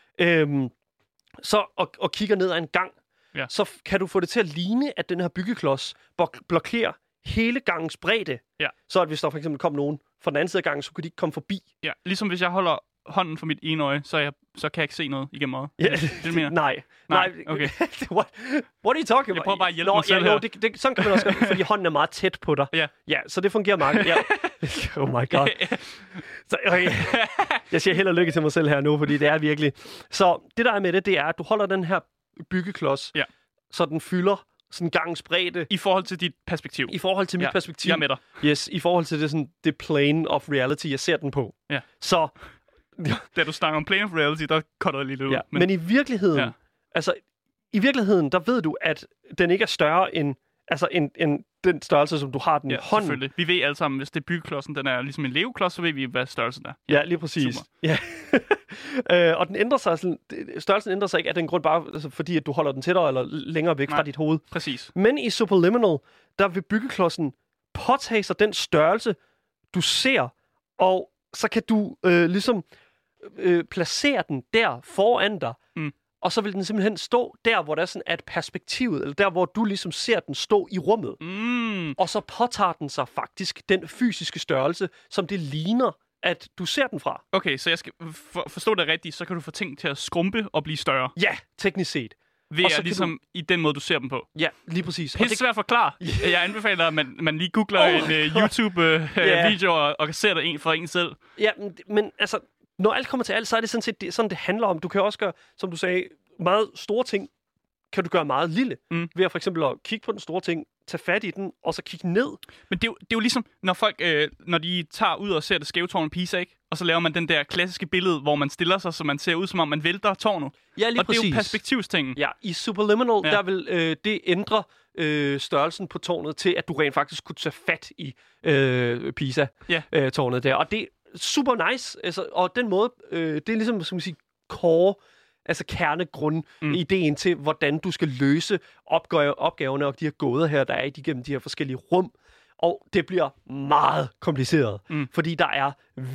og kigger ned ad en gang, så kan du få det til at ligne, at den her byggeklods blokerer hele gangens bredde. Ja. Så at hvis der for eksempel kom nogen fra den anden side af gangen, så kunne de ikke komme forbi. Ja, ligesom hvis jeg holder hånden for mit ene øje, så kan jeg ikke se noget igennem øjet. Ja, det mener? Nej, okay. What are you talking about? Jeg prøver bare at hjælpe mig selv her. Sådan kan man også gøre, fordi hånden er meget tæt på dig. Ja, så det fungerer meget. Ja. Oh my god. Så, okay. Jeg siger held og lykke til mig selv her nu, fordi det er virkelig... Så det der er med det er, at du holder den her byggeklods, så den fylder sådan gangens bredde. I forhold til dit perspektiv. I forhold til mit perspektiv. Jeg er med dig. Yes, i forhold til det plane of reality, jeg ser den på. Ja. Så... Da du snakker om plane of reality, der cutter jeg lige lidt ud. Ja, men i virkeligheden, i virkeligheden, der ved du, at den ikke er større end den størrelse, som du har den i hånden. Selvfølgelig. Vi ved alle sammen, hvis det er byggeklodsen, den er ligesom en legoklods, så ved vi, hvad størrelsen er. Ja, lige præcis. Ja. Og den ændrer sig, størrelsen ændrer sig ikke af den grund bare, fordi at du holder den tættere eller længere væk fra dit hoved. Præcis. Men i Superliminal, der vil byggeklodsen påtage sig den størrelse, du ser, og så kan du placere den der foran dig, og så vil den simpelthen stå der, hvor der er sådan at perspektivet, eller der, hvor du ligesom ser den stå i rummet. Og så påtager den sig faktisk den fysiske størrelse, som det ligner, at du ser den fra. Okay, så jeg skal forstå det rigtigt, så kan du få ting til at skrumpe og blive større. Ja, teknisk set. Ved at ligesom i den måde, du ser dem på. Ja, lige præcis. Pisse svært at forklare. Jeg anbefaler, at man lige googler en YouTube-video og ser det en for en selv. Ja, men altså, når alt kommer til alt, så er det sådan set sådan, det handler om. Du kan også gøre, som du sagde, meget store ting, kan du gøre meget lille. Ved at for eksempel at kigge på den store ting, tage fat i den, og så kigge ned. Men det er jo ligesom, når folk, når de tager ud og ser det skæve tårn i Pisa, ikke? Og så laver man den der klassiske billede, hvor man stiller sig, så man ser ud, som om man vælter tårnet. Ja, lige og præcis. Det er jo perspektivstingen. Ja, i Superliminal, der vil det ændre størrelsen på tårnet til, at du rent faktisk kunne tage fat i Pisa-tårnet der. Og det er super nice, altså, og den måde, det er ligesom, skal man sige, core, altså kernegrundideen til, hvordan du skal løse opgaverne og de her gåder her, der er igennem de her forskellige rum. Og det bliver meget kompliceret, fordi der er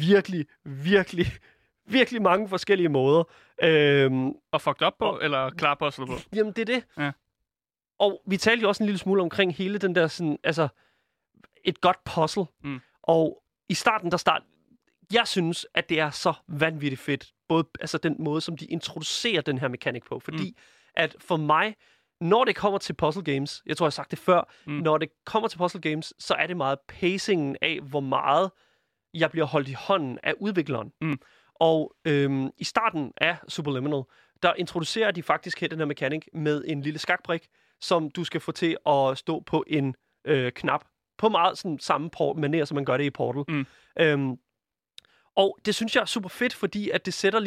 virkelig mange forskellige måder. Og fucked up på, eller klar puzzle på? Jamen, det er det. Ja. Og vi talte jo også en lille smule omkring hele den der sådan, altså, et godt puzzle. Og i starten, jeg synes, at det er så vanvittigt fedt. Både altså den måde, som de introducerer den her mekanik på. Fordi at for mig, når det kommer til puzzle games, jeg tror, jeg har sagt det før, når det kommer til puzzle games, så er det meget pacingen af, hvor meget jeg bliver holdt i hånden af udvikleren. Og i starten af Superliminal, der introducerer de faktisk den her mekanik med en lille skakbrik, som du skal få til at stå på en knap, på meget sådan samme manér, som man gør det i Portal. Og det synes jeg er super fedt, fordi at det sætter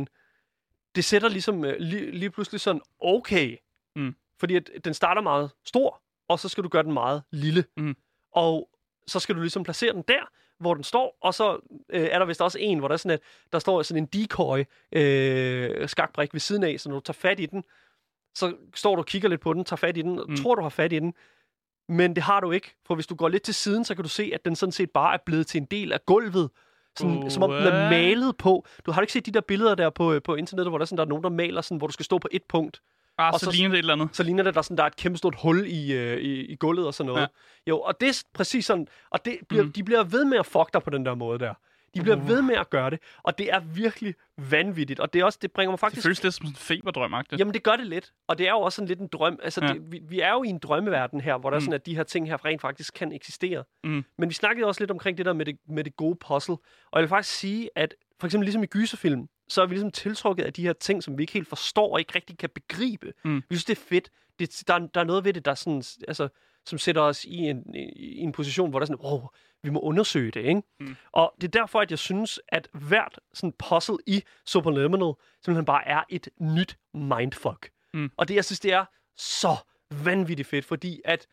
ligesom lige pludselig sådan, okay. Fordi at den starter meget stor, og så skal du gøre den meget lille. Og så skal du ligesom placere den der, hvor den står, og så er der vist også en, hvor der er sådan der står sådan en decoy skakbrik ved siden af, så når du tager fat i den, så står du og kigger lidt på den, tager fat i den, og tror du har fat i den, men det har du ikke, for hvis du går lidt til siden, så kan du se, at den sådan set bare er blevet til en del af gulvet, sådan, som om den er malet på. Du har ikke set de der billeder der på internettet, hvor der er nogen, der maler sådan, hvor du skal stå på et punkt. Og så ligner det et eller andet. Så ligner det, der er et kæmpe stort hul i gulvet og sådan noget. Ja. Jo, og det er præcis sådan, og de bliver ved med at fuck dig på den der måde der. De bliver ved med at gøre det, og det er virkelig vanvittigt. Og det bringer mig faktisk... Det føles lidt som en feberdrøm-agtigt. Jamen, det gør det lidt. Og det er jo også sådan lidt en drøm. Altså, vi er jo i en drømmeverden her, hvor der er sådan, at de her ting her rent faktisk kan eksistere. Men vi snakkede også lidt omkring det der med det gode puzzle. Og jeg vil faktisk sige, at for eksempel ligesom i gyserfilm, så er vi ligesom tiltrukket af de her ting, som vi ikke helt forstår og ikke rigtig kan begribe. Vi synes, det er fedt. Der er noget ved det, der sådan, altså, som sætter os i en position, hvor der er sådan, vi må undersøge det, ikke? Og det er derfor, at jeg synes, at hvert sådan puzzle i Superliminal simpelthen bare er et nyt mindfuck. Og det, jeg synes, det er så vanvittigt fedt, fordi at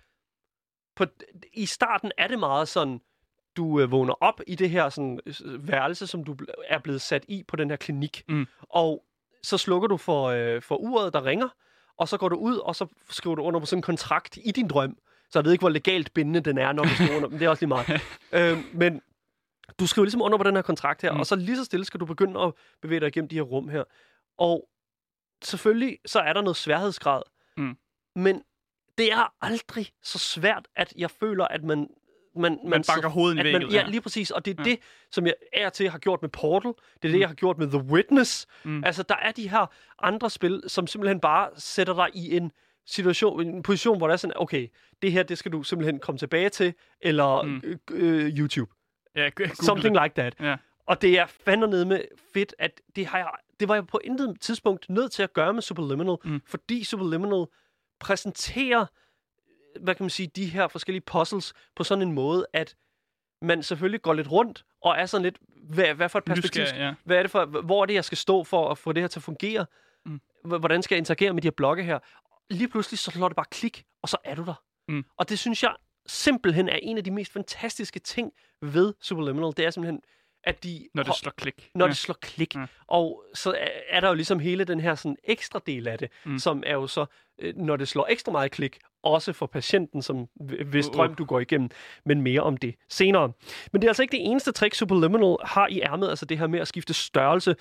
i starten er det meget sådan, du vågner op i det her sådan, værelse, som du er blevet sat i på den her klinik. Og så slukker du for uret, der ringer, og så går du ud, og så skriver du under på sådan en kontrakt i din drøm. Så jeg ved ikke, hvor legalt bindende den er, når du skriver under, men det er også lige meget. Men du skriver ligesom under på den her kontrakt her, og så lige så stille skal du begynde at bevæge dig igennem de her rum her. Og selvfølgelig, så er der noget sværhedsgrad. Men det er aldrig så svært, at jeg føler, at man banker hovedet i væggen. Ja, lige præcis. Og det er det, som jeg til har gjort med Portal. Det er det, jeg har gjort med The Witness. Altså, der er de her andre spil, som simpelthen bare sætter dig i en position, hvor der er sådan, okay, det her, det skal du simpelthen komme tilbage til, eller YouTube. Ja, something like that. Ja. Og det er fandme med fedt, at det var jeg på intet tidspunkt nødt til at gøre med Superliminal, fordi Superliminal præsenterer, hvad kan man sige, de her forskellige puzzles på sådan en måde, at man selvfølgelig går lidt rundt, og er sådan lidt, hvad for et perspektiv, hvad er det for, hvor er det, jeg skal stå for at få det her til at fungere? Hvordan skal jeg interagere med de her blokke her? Lige pludselig, så slår det bare klik, og så er du der. Og det synes jeg simpelthen er en af de mest fantastiske ting ved Superliminal. Det er simpelthen, at Når det slår klik. Det slår klik. Og så er der jo ligesom hele den her sådan ekstra del af det, som er jo så, når det slår ekstra meget klik, også for patienten, som hvis drøm du går igennem, men mere om det senere. Men det er altså ikke det eneste trick, Superliminal har i ærmet, altså det her med at skifte størrelse.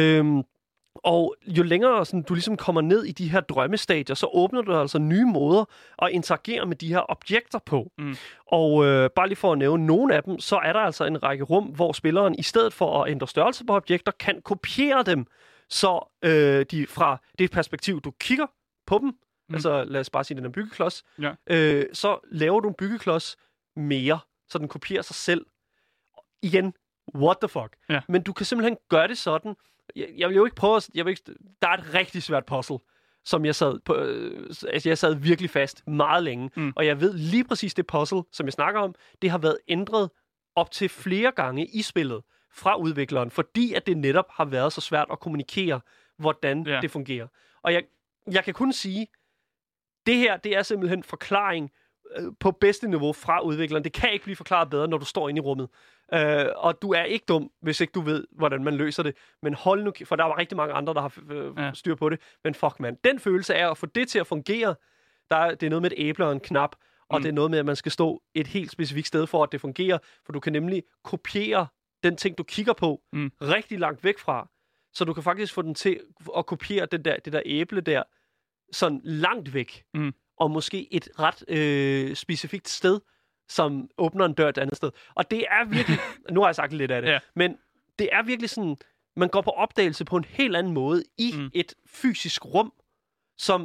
Og jo længere sådan, du ligesom kommer ned i de her drømmestadier, så åbner du altså nye måder at interagere med de her objekter på. Og bare lige for at nævne nogle af dem, så er der altså en række rum, hvor spilleren i stedet for at ændre størrelse på objekter, kan kopiere dem, så de fra det perspektiv, du kigger på dem, altså lad os bare sige, den er byggeklods, så laver du en byggeklods mere, så den kopierer sig selv. Igen, what the fuck? Ja. Men du kan simpelthen gøre det sådan. Jeg vil jo ikke prøve der er et rigtig svært puzzle, som jeg sad på. Jeg sad virkelig fast meget længe, og jeg ved lige præcis det puzzle, som jeg snakker om, det har været ændret op til flere gange i spillet fra udvikleren, fordi at det netop har været så svært at kommunikere, hvordan det fungerer. Og jeg kan kun sige, det her, det er simpelthen forklaring på bedste niveau fra udvikleren. Det kan ikke blive forklaret bedre, når du står inde i rummet. Og du er ikke dum, hvis ikke du ved, hvordan man løser det. Men hold nu, for der var rigtig mange andre, der har styr på det. Men fuck, man. Den følelse af at få det til at fungere, det er noget med et æble og en knap, og det er noget med, at man skal stå et helt specifikt sted for, at det fungerer. For du kan nemlig kopiere den ting, du kigger på, rigtig langt væk fra. Så du kan faktisk få den til at kopiere det der æble der, sådan langt væk. Og måske et ret specifikt sted, som åbner en dør et andet sted. Og det er virkelig... nu har jeg sagt lidt af det. Men det er virkelig sådan... Man går på opdagelse på en helt anden måde i et fysisk rum, som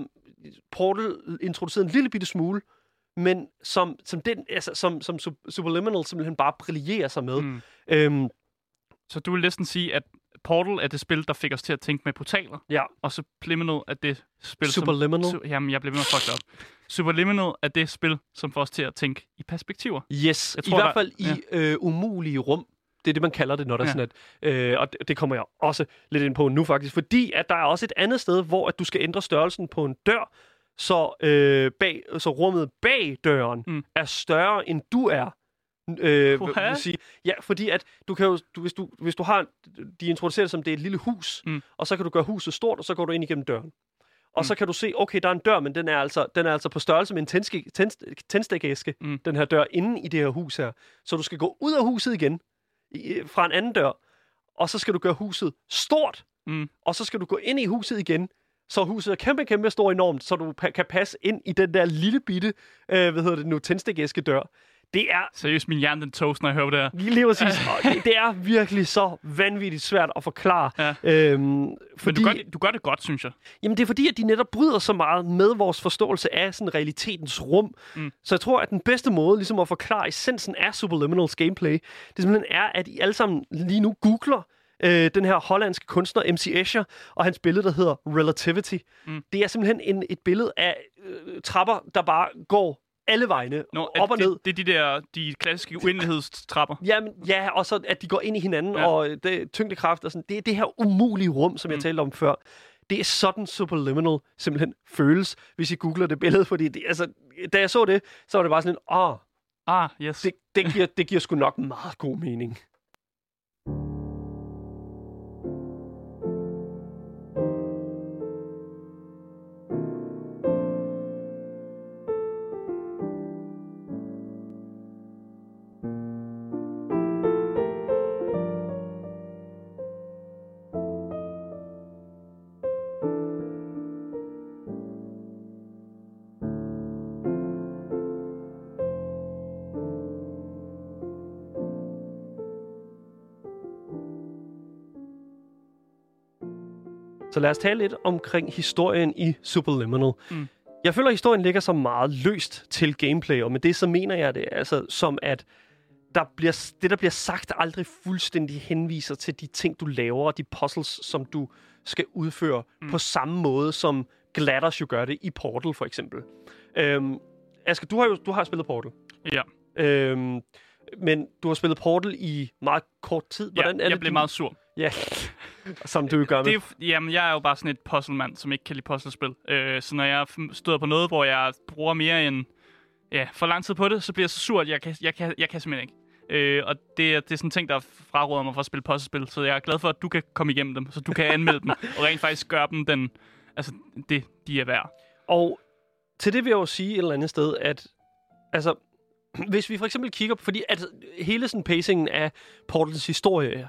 Portal introducerede en lille bitte smule, men som Superliminal simpelthen bare brillerer sig med. Så du vil næsten sige, at Portal er det spil, der fik os til at tænke med portaler, Ja. og Subliminal er det spil, Superliminal? Jamen, jeg blev ved med at fuck op. Superliminal er det spil, som får os til at tænke i perspektiver. Yes, i hvert fald i umulige rum. Det er det, man kalder det, når der er sådan et... og det kommer jeg også lidt ind på nu faktisk, fordi at der er også et andet sted, hvor at du skal ændre størrelsen på en dør, så rummet bag døren er større, end du er. Vil sige. Ja, fordi at du kan jo, hvis du har, de introducerer det som det er et lille hus, og så kan du gøre huset stort, og så går du ind igennem døren. Og så kan du se, okay, der er en dør, men den er altså på størrelse med en tændstikæske, den her dør, inde i det her hus her. Så du skal gå ud af huset igen, fra en anden dør, og så skal du gøre huset stort, og så skal du gå ind i huset igen, så huset er kæmpe, kæmpe stor enormt, så du kan passe ind i den der lille bitte, tændstikæske dør. Det er... Seriøst, min hjerne den toast, når jeg hører det her. Lige præcis. Det er virkelig så vanvittigt svært at forklare. Ja. Fordi, men du gør det godt, synes jeg. Jamen, det er fordi, at de netop bryder så meget med vores forståelse af sådan realitetens rum. Så jeg tror, at den bedste måde ligesom at forklare essensen af Superliminals gameplay, det simpelthen er, at I alle sammen lige nu googler den her hollandske kunstner, MC Escher, og hans billede, der hedder Relativity. Det er simpelthen et billede af trapper, der bare går alle vegne, op og ned. Det er de klassiske uendelighedstrapper. Jamen, ja, og så at de går ind i hinanden, og det, tyngdekraft og sådan. Det er det her umulige rum, som jeg talte om før. Det er sådan Superliminal simpelthen føles, hvis I googler det billede, fordi da jeg så det, så var det bare sådan yes. Det giver sgu nok meget god mening. Så lad os tale lidt omkring historien i Superliminal. Jeg føler, at historien ligger så meget løst til gameplay, og med det så mener jeg det altså som, at der bliver sagt, aldrig fuldstændig henviser til de ting, du laver, og de puzzles, som du skal udføre på samme måde, som GLaDOS jo gør det i Portal, for eksempel. Asger, du har spillet Portal. Ja. Men du har spillet Portal i meget kort tid. Hvordan jeg blev meget sur. Ja, som du gør med. Jamen, jeg er jo bare sådan et puzzlemand, som ikke kan lide puzzlespil. Så når jeg støder på noget, hvor jeg bruger mere end for lang tid på det, så bliver jeg så sur, at jeg kan simpelthen ikke. Og det er sådan en ting, der fraråder mig for at spille puzzlespil. Så jeg er glad for, at du kan komme igennem dem, så du kan anmelde dem, og rent faktisk gøre dem det, de er værd. Og til det vil jeg jo sige et eller andet sted, at hvis vi for eksempel kigger på, fordi hele sådan pacingen af Portals historie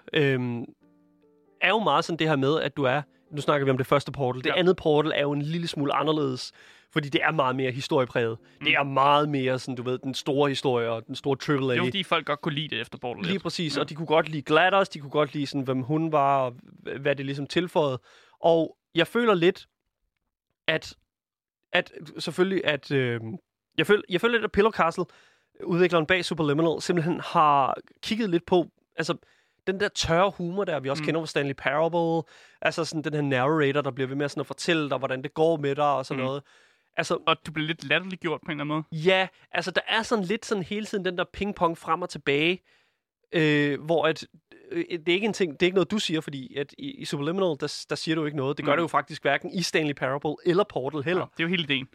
er jo meget sådan det her med, at nu snakker vi om det første Portal. Det andet Portal er jo en lille smule anderledes, fordi det er meget mere historiepræget. Det er meget mere sådan, du ved, den store historie og den store AAA. Det er jo fordi folk godt kunne lide det efter Portal. Lige præcis, og de kunne godt lide GLaDOS, de kunne godt lide sådan, hvem hun var, og hvad det ligesom tilføjede. Og jeg føler lidt, at selvfølgelig, at jeg føler lidt, at Pillow Castle, udvikleren bag Superliminal, simpelthen har kigget lidt på, den der tørre humor der, vi også kender fra Stanley Parable, sådan den her narrator, der bliver ved med sådan at fortælle dig, hvordan det går med dig og sådan noget. Og du bliver lidt latterliggjort på en eller anden måde. Ja, der er sådan lidt sådan hele tiden den der ping-pong frem og tilbage, hvor det er ikke en ting, det er ikke noget, du siger, fordi at i Superliminal, der siger du ikke noget. Det gør det jo faktisk hverken i Stanley Parable eller Portal heller. Ja, det er jo hele ideen.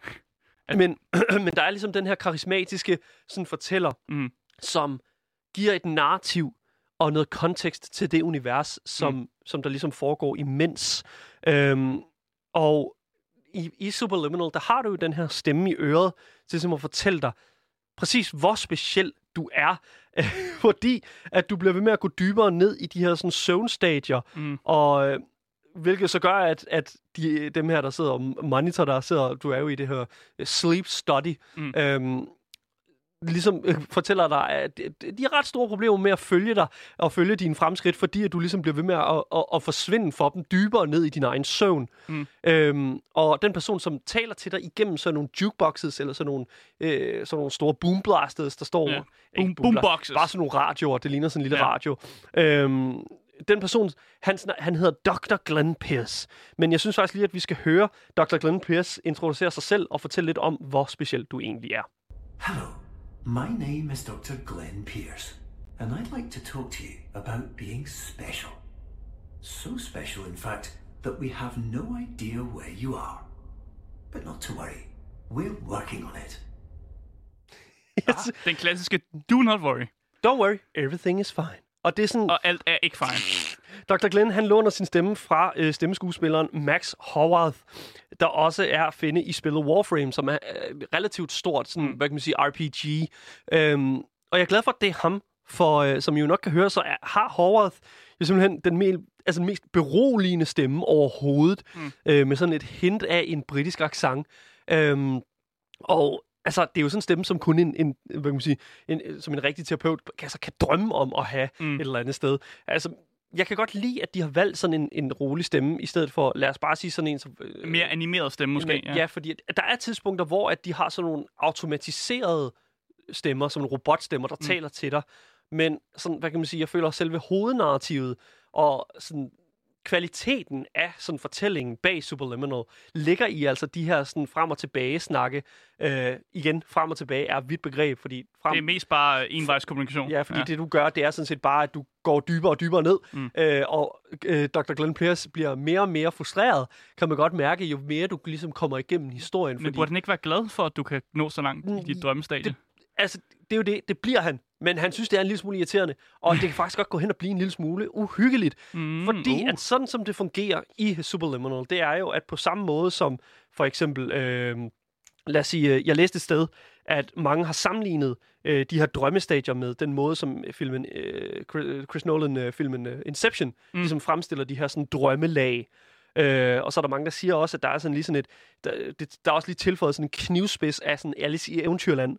Men der er ligesom den her karismatiske sådan fortæller, som giver et narrativ og noget kontekst til det univers, som der ligesom foregår imens. Og i Superliminal, der har du jo den her stemme i øret, til som at fortælle dig præcis, hvor speciel du er. Fordi at du bliver ved med at gå dybere ned i de her sådan søvnstadier, og hvilket så gør, at dem her, der sidder og monitor, du er jo i det her sleep study, ligesom fortæller dig, at de har ret store problemer med at følge dig og følge dine fremskridt, fordi at du ligesom bliver ved med at forsvinde for dem dybere ned i din egen søvn. Og den person, som taler til dig igennem sådan nogle jukeboxes, eller sådan nogle store boomblasters, der står... Ja. Boomboxes. Bare sådan nogle radioer, det ligner sådan en lille radio. Den person, han hedder Dr. Glenn Pierce. Men jeg synes faktisk lige, at vi skal høre Dr. Glenn Pierce introducere sig selv og fortælle lidt om, hvor speciel du egentlig er. Hello, my name is Dr. Glenn Pierce, and I'd like to talk to you about being special. So special, in fact, that we have no idea where you are. But not to worry, we're working on it. Den klassiske, do not worry. Don't worry, everything is fine. Og det er sådan... Og alt er ikke fine. Dr. Glenn, han låner sin stemme fra stemmeskuespilleren Max Howarth, der også er at finde i spillet Warframe, som er relativt stort, sådan, hvad kan man sige, RPG. Og jeg er glad for, at det er ham, for som I jo nok kan høre, så har Howarth jo simpelthen den mest beroligende stemme overhovedet, med sådan et hint af en britisk accent. Og altså, det er jo sådan en stemme, som kun hvad kan man sige, som en rigtig terapeut kan drømme om at have et eller andet sted. Altså, jeg kan godt lide, at de har valgt sådan en rolig stemme, i stedet for, lad os bare sige sådan en... Som, mere animeret stemme måske. Ja, fordi der er tidspunkter, hvor at de har sådan nogle automatiserede stemmer, som robotstemmer, der taler til dig. Men sådan, hvad kan man sige, jeg føler selve hovednarrativet og sådan kvaliteten af sådan fortællingen bag Superliminal ligger i altså de her sådan frem og tilbage snakke. Igen, frem og tilbage er et vidt begreb, fordi... Det er mest bare envejskommunikation. Ja, fordi det du gør, det er sådan set bare, at du går dybere og dybere ned, og Dr. Glenn Pierce bliver mere og mere frustreret, kan man godt mærke, jo mere du ligesom kommer igennem historien. Men burde den ikke være glad for, at du kan nå så langt i dit drømmestadie? Det er jo det bliver han. Men han synes, det er en lille smule irriterende. Og det kan faktisk godt gå hen og blive en lille smule uhyggeligt. Fordi at sådan som det fungerer i Superliminal, det er jo, at på samme måde som for eksempel, lad os sige, jeg læste et sted, at mange har sammenlignet de her drømmestadier med den måde, som filmen, Chris Nolan-filmen Inception, ligesom fremstiller de her sådan drømmelag. Og så er der mange, der siger også, at der er sådan lige sådan der er også lige tilføjet sådan en knivspids af sådan Alice i Eventyrland.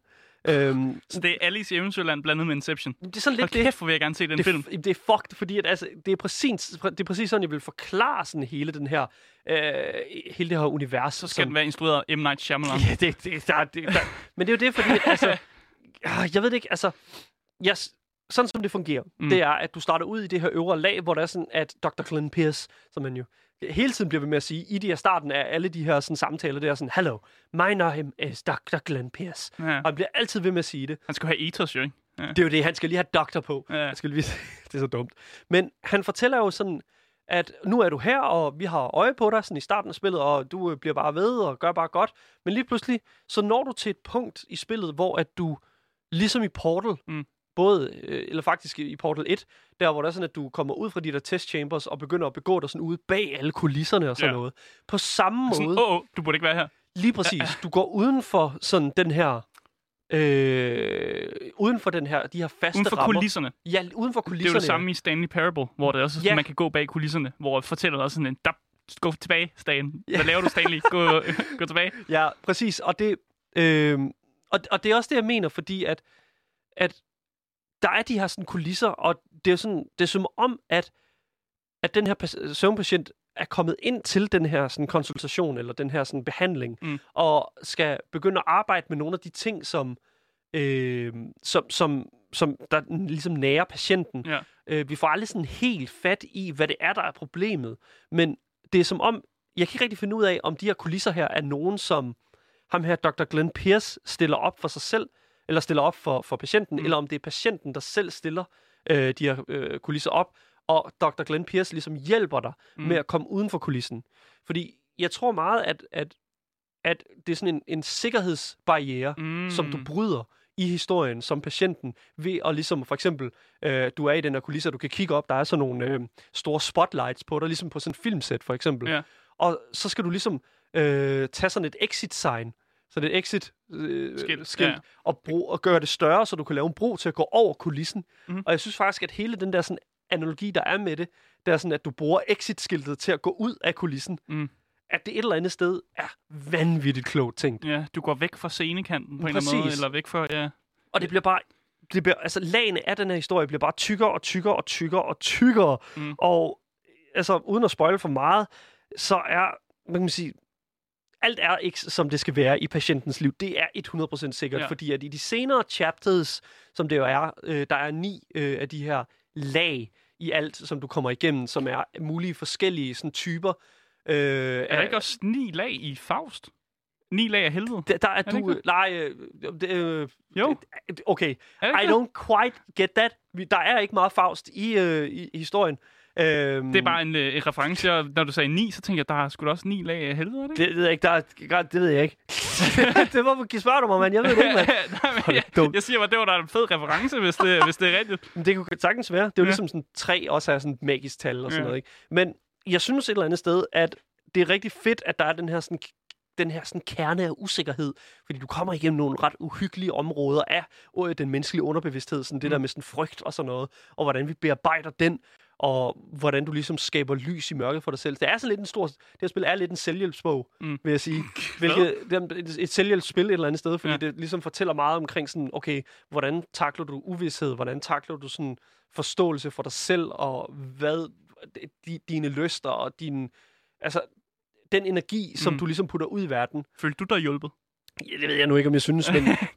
Så det er Alice i Eventyrland blandet med Inception. Det er sådan lidt kæft, hvor vil jeg gerne se den film. Det er fucked, fordi at, altså, det er præcis sådan, jeg vil forklare sådan hele den her hele det her univers. Så skal den være instrueret af M. Night Shyamalan. Ja, men det er jo det, fordi altså, jeg ved det ikke, altså, sådan som det fungerer, det er, at du starter ud i det her øvre lag, hvor der er sådan, at Dr. Glenn Pierce, som man jo hele tiden bliver ved med at sige, i de her starten af alle de her sådan, samtaler, det er sådan, hello, my name is Dr. Glenn Pierce. Ja. Og han bliver altid ved med at sige det. Han skal have ethos, jo, ikke? Ja. Det er jo det, han skal lige have doktor på. Ja. Det er så dumt. Men han fortæller jo sådan, at nu er du her, og vi har øje på dig sådan i starten af spillet, og du bliver bare ved og gør bare godt. Men lige pludselig, så når du til et punkt i spillet, hvor at du, ligesom i Portal, eller faktisk i Portal 1, der hvor der er sådan, at du kommer ud fra de der test chambers og begynder at begå dig sådan ude bag alle kulisserne og sådan noget. På samme måde... du burde ikke være her. Lige præcis. Ja. Du går uden for sådan den her... uden for de her faste uden for rammer. Kulisserne. Ja, uden for kulisserne. Det er jo det samme i Stanley Parable, hvor det også er sådan, man kan gå bag kulisserne, hvor fortæller dig sådan en... Gå tilbage, Stan. Hvad laver du, Stanley? Gå tilbage. Ja, præcis. Og det, og det er også det, jeg mener, fordi at der er de her sådan kulisser, og det er som om, at den her søvnpatient er kommet ind til den her sådan konsultation, eller den her sådan behandling, og skal begynde at arbejde med nogle af de ting, som der ligesom nærer patienten. Ja. Vi får aldrig sådan helt fat i, hvad det er, der er problemet. Men det er som om, jeg kan ikke rigtig finde ud af, om de her kulisser her er nogen, som ham her, Dr. Glenn Pierce, stiller op for sig selv, eller stiller op for patienten, eller om det er patienten, der selv stiller de her kulisser op, og Dr. Glenn Pierce ligesom hjælper dig med at komme uden for kulissen. Fordi jeg tror meget, at det er sådan en sikkerhedsbarriere, som du bryder i historien som patienten, ved at ligesom, for eksempel, du er i den her kulisse, og du kan kigge op, der er sådan nogle store spotlights på dig, ligesom på sådan en filmsæt, for eksempel. Ja. Og så skal du ligesom tage sådan et exit-sign, så det er et exit-skilt, og gøre det større, så du kan lave en bro til at gå over kulissen. Og jeg synes faktisk, at hele den der sådan analogi, der er med det, der er sådan, at du bruger exit-skiltet til at gå ud af kulissen, at det et eller andet sted er vanvittigt klogt tænkt. Ja, du går væk fra scenekanten på en eller anden måde, eller væk fra, Og det bliver bare... altså, lagene af den her historie bliver bare tykkere og tykkere og tykkere og tykkere. Og altså, uden at spoile for meget, så er, man kan sige, alt er ikke, som det skal være i patientens liv. Det er 100% sikkert, fordi at i de senere chapters, som det jo er, der er 9 af de her lag i alt, som du kommer igennem, som er mulige forskellige sådan, typer. Er der ikke også 9 lag i Faust? 9 lag af helvede? Der er du... Nej, jo. Okay, I don't quite get that. Der er ikke meget Faust i historien. Det er bare en reference. Når du sagde 9, så tænker jeg, der er sgu da også 9 lag af helvede, ikke? Det ved jeg ikke. Det ved jeg ikke. Det var spørge du mig, mand. Jeg ved det ikke, mand. Jeg siger bare, det var da en fed reference, hvis det er rigtigt. Det kunne sagtens være. Det er jo ligesom sådan 3 også er sådan et magisk tal og sådan noget, ikke? Men jeg synes et eller andet sted, at det er rigtig fedt, at der er den her sådan kerne af usikkerhed, fordi du kommer igennem nogle ret uhyggelige områder af den menneskelige underbevidsthed, sådan det der med sådan frygt og sådan noget, og hvordan vi bearbejder den, og hvordan du ligesom skaber lys i mørket for dig selv. Det er sådan lidt en stor... Det her spil er lidt en selvhjælpsbog, vil jeg sige. Et selvhjælpsspil et eller andet sted, fordi det ligesom fortæller meget omkring sådan, okay, hvordan takler du uvished, hvordan takler du sådan forståelse for dig selv, og hvad dine lyster, og din... Altså, den energi, som du ligesom putter ud i verden. Følte du dig hjulpet? Ja, det ved jeg nu ikke, om jeg synes,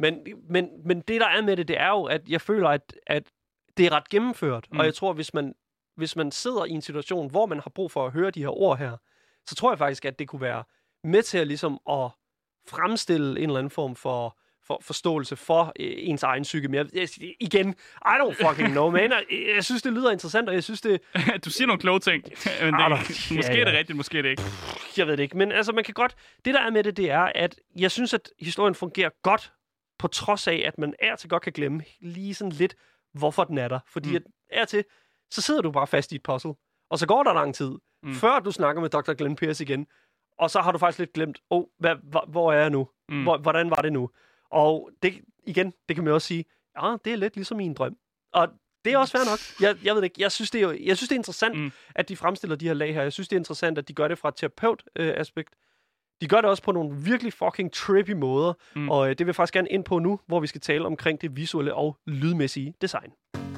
men det, der er med det er jo, at jeg føler, at det er ret gennemført, og jeg tror, hvis man sidder i en situation, hvor man har brug for at høre de her ord her, så tror jeg faktisk, at det kunne være med til at, ligesom at fremstille en eller anden form for forståelse for ens egen psyke. Men igen, I don't fucking know, man. Jeg synes, det lyder interessant, og jeg synes, det... Du siger nogle kloge ting. Men måske er det rigtigt, måske er det ikke. Jeg ved det ikke, men altså, man kan godt... Det, der er med det er, at jeg synes, at historien fungerer godt, på trods af, at man til godt kan glemme lige sådan lidt, hvorfor den er der. Fordi at til, så sidder du bare fast i et puzzle, og så går der lang tid, før du snakker med Dr. Glenn Pierce igen, og så har du faktisk lidt glemt, hvor er jeg nu? Hvordan var det nu? Og det, igen, det kan man også sige, det er lidt ligesom min drøm. Og det er også fair nok. Jeg ved ikke, jeg synes, det er interessant, at de fremstiller de her lag her. Jeg synes, det er interessant, at de gør det fra et terapeut-aspekt. De gør det også på nogle virkelig fucking trippy måder, og det vil jeg faktisk gerne ind på nu, hvor vi skal tale omkring det visuelle og lydmæssige design.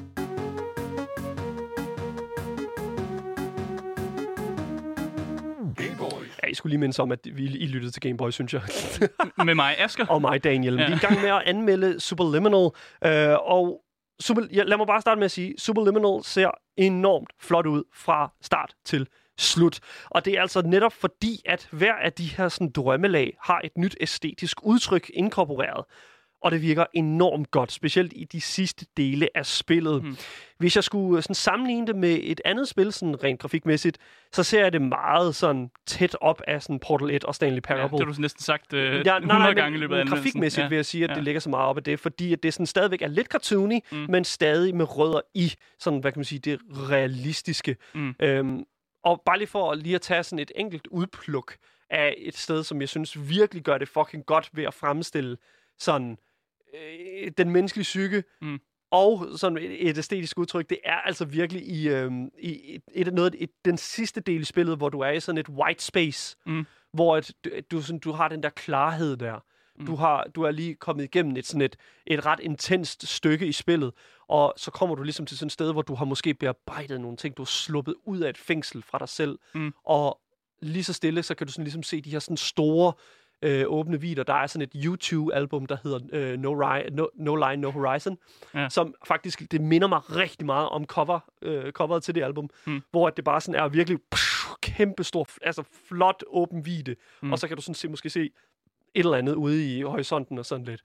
Ja, I skulle lige minde om, at I lyttede til Game Boy, synes jeg. Med mig, Asger. Og mig, Daniel. Vi er i gang med at anmelde Superliminal. Og lad mig bare starte med at sige, Superliminal ser enormt flot ud fra start til slut. Og det er altså netop fordi, at hver af de her sådan, drømmelag har et nyt æstetisk udtryk inkorporeret. Og det virker enormt godt, specielt i de sidste dele af spillet. Hvis jeg skulle sådan sammenligne det med et andet spil, sådan rent grafikmæssigt, så ser jeg det meget sådan tæt op af sådan Portal 1 og Stanley Parable. Ja, det har du næsten sagt 100 gange i løbet af anmeldelsen. Grafikmæssigt vil jeg sige, at det ligger så meget op af det, fordi at det sådan stadigvæk er lidt cartoony, men stadig med rødder i sådan, hvad kan man sige, det realistiske. Og bare lige for lige at tage sådan et enkelt udpluk af et sted, som jeg synes virkelig gør det fucking godt ved at fremstille sådan den menneskelige psyke og sådan et æstetisk udtryk. Det er altså virkelig i den sidste del i spillet, hvor du er i sådan et white space, hvor du har den der klarhed der. Du er lige kommet igennem et ret intenst stykke i spillet, og så kommer du ligesom til sådan et sted, hvor du har måske bearbejdet nogle ting, du har sluppet ud af et fængsel fra dig selv, og lige så stille, så kan du sådan ligesom se de her sådan store åbne vidder. Der er sådan et YouTube-album, der hedder No Line, No Horizon, som faktisk, det minder mig rigtig meget om coveret til det album, hvor det bare sådan er virkelig kæmpe stor, altså flot åben vidde, og så kan du sådan måske se et eller andet ude i horisonten og sådan lidt.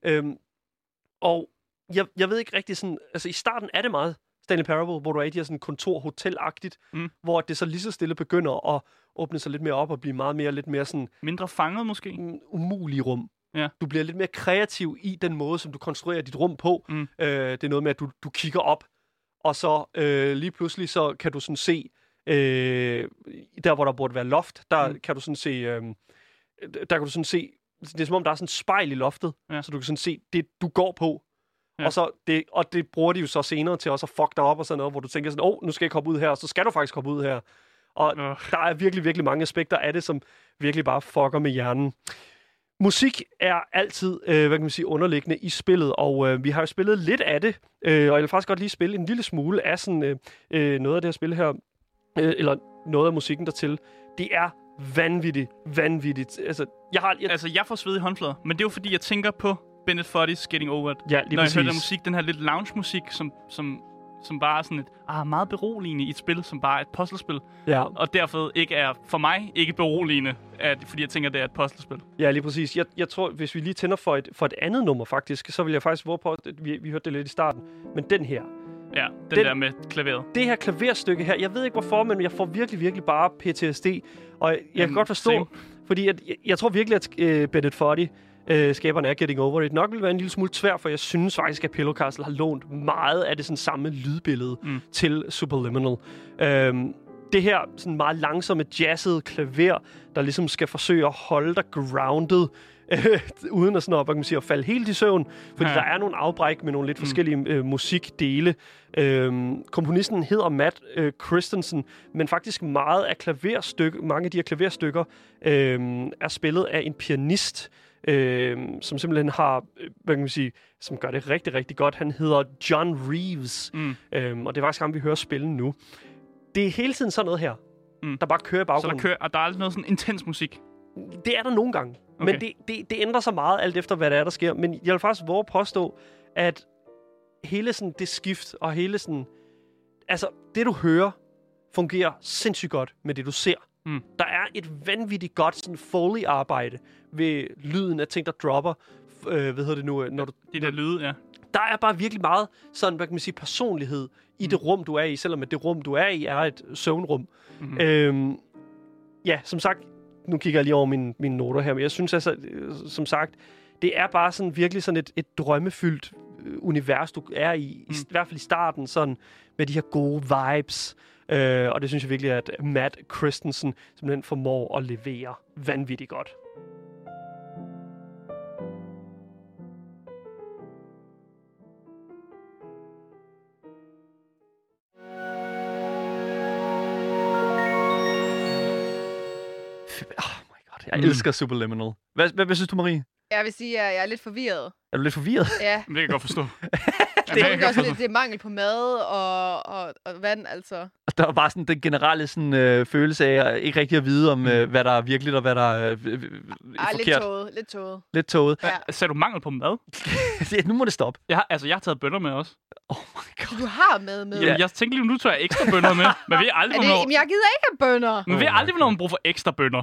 Og jeg ved ikke rigtig sådan, altså i starten er det meget Stanley Parable, hvor du er i de her sådan kontor-hotel-agtigt, hvor det så lige så stille begynder at åbne sig lidt mere op og blive lidt mere sådan... Mindre fanget måske? Umulig rum. Ja. Du bliver lidt mere kreativ i den måde, som du konstruerer dit rum på. Det er noget med, at du kigger op, og så lige pludselig så kan du sådan se, der hvor der burde være loft, der kan du sådan se... der kan du sådan se... Det er som om, der er sådan et spejl i loftet, så du kan sådan se det, du går på. Ja. Og det bruger de jo så senere til også at fuck dig op og sådan noget, hvor du tænker sådan, nu skal jeg komme ud her, og så skal du faktisk komme ud her. Og der er virkelig, virkelig mange aspekter af det, som virkelig bare fucker med hjernen. Musik er altid, hvad kan man sige, underliggende i spillet, og vi har jo spillet lidt af det, og jeg vil faktisk godt lige spille en lille smule af sådan noget af det her spil her, eller noget af musikken dertil. Det er vanvittigt. Jeg får sved i håndflader, men det er jo fordi, jeg tænker på Bennett Foddy's Getting Over It. Ja, lige når præcis. jeg hører den musik, den her lidt lounge-musik, som bare er sådan meget beroligende i et spil, som bare er et puzzlespil. Ja. Og derfor ikke er, for mig, ikke beroligende, fordi jeg tænker, det er et puzzlespil. Ja, lige præcis. Jeg tror, hvis vi lige tænder for et andet nummer faktisk, så vil jeg faktisk våge på, at vi hørte det lidt i starten, men den her. Ja, den der med klaveret. Det her klaverstykke her, jeg ved ikke hvorfor, men jeg får virkelig bare PTSD. Og jeg kan godt forstå, same. fordi jeg tror virkelig, at Bennett Foddy, skaberne af Getting Over It, nok vil være en lille smule tvær, for jeg synes faktisk, at Pillow Castle har lånt meget af det sådan samme lydbillede til Superliminal. Det her sådan meget langsomme jazzede klaver, der ligesom skal forsøge at holde dig grounded, uden at, sådan, hvad kan man sige, at falde helt i søvn, fordi der er nogle afbræk med nogle lidt forskellige musikdele. Komponisten hedder Matt Christensen, men faktisk mange af de her klaverstykker er spillet af en pianist, som simpelthen har, hvad kan man sige, som gør det rigtig godt. Han hedder John Reeves, og det er faktisk ham, vi hører spille nu. Det er hele tiden sådan noget her, der bare kører i baggrunden. Og der er aldrig noget sådan intens musik? Det er der nogle gange. Okay. Men det ændrer sig meget alt efter, hvad der sker. Men jeg vil faktisk våge at påstå, at hele sådan det skift og hele sådan... Altså, det du hører, fungerer sindssygt godt med det, du ser. Der er et vanvittigt godt sådan Foley-arbejde ved lyden af ting, der dropper. Hvad hedder det nu? Når du, det der lyde, ja. Der er bare virkelig meget sådan, hvad kan man sige, personlighed i det rum, du er i, selvom det rum, du er i, er et søvnrum. Ja, som sagt, nu kigger jeg lige over mine noter her, men jeg synes altså, som sagt, det er bare sådan virkelig sådan et drømmefyldt univers, du er i hvert fald i starten, sådan med de her gode vibes. Og det synes jeg virkelig, at Matt Christensen simpelthen formår at levere vanvittigt godt. Jeg elsker Superliminal. Hvad synes du, Marie? Jeg vil sige, at jeg er lidt forvirret. Er du lidt forvirret? Ja. Det kan jeg godt forstå. Det er også lidt, det er mangel på mad og vand, altså. Der var bare sådan den generelle sådan, følelse af at ikke rigtig at vide om, hvad der er virkeligt og hvad der er forkert. Lidt tåget. Ja. Sagde du mangel på mad? Nu må det stoppe. Jeg har taget bønner med også. Oh my god. Du har med? Ja. Jeg tænkte lige, nu tager jeg ekstra bønner med. Men vi aldrig jeg gider ikke have bønner. Men vi har aldrig nogen brug for ekstra bønner.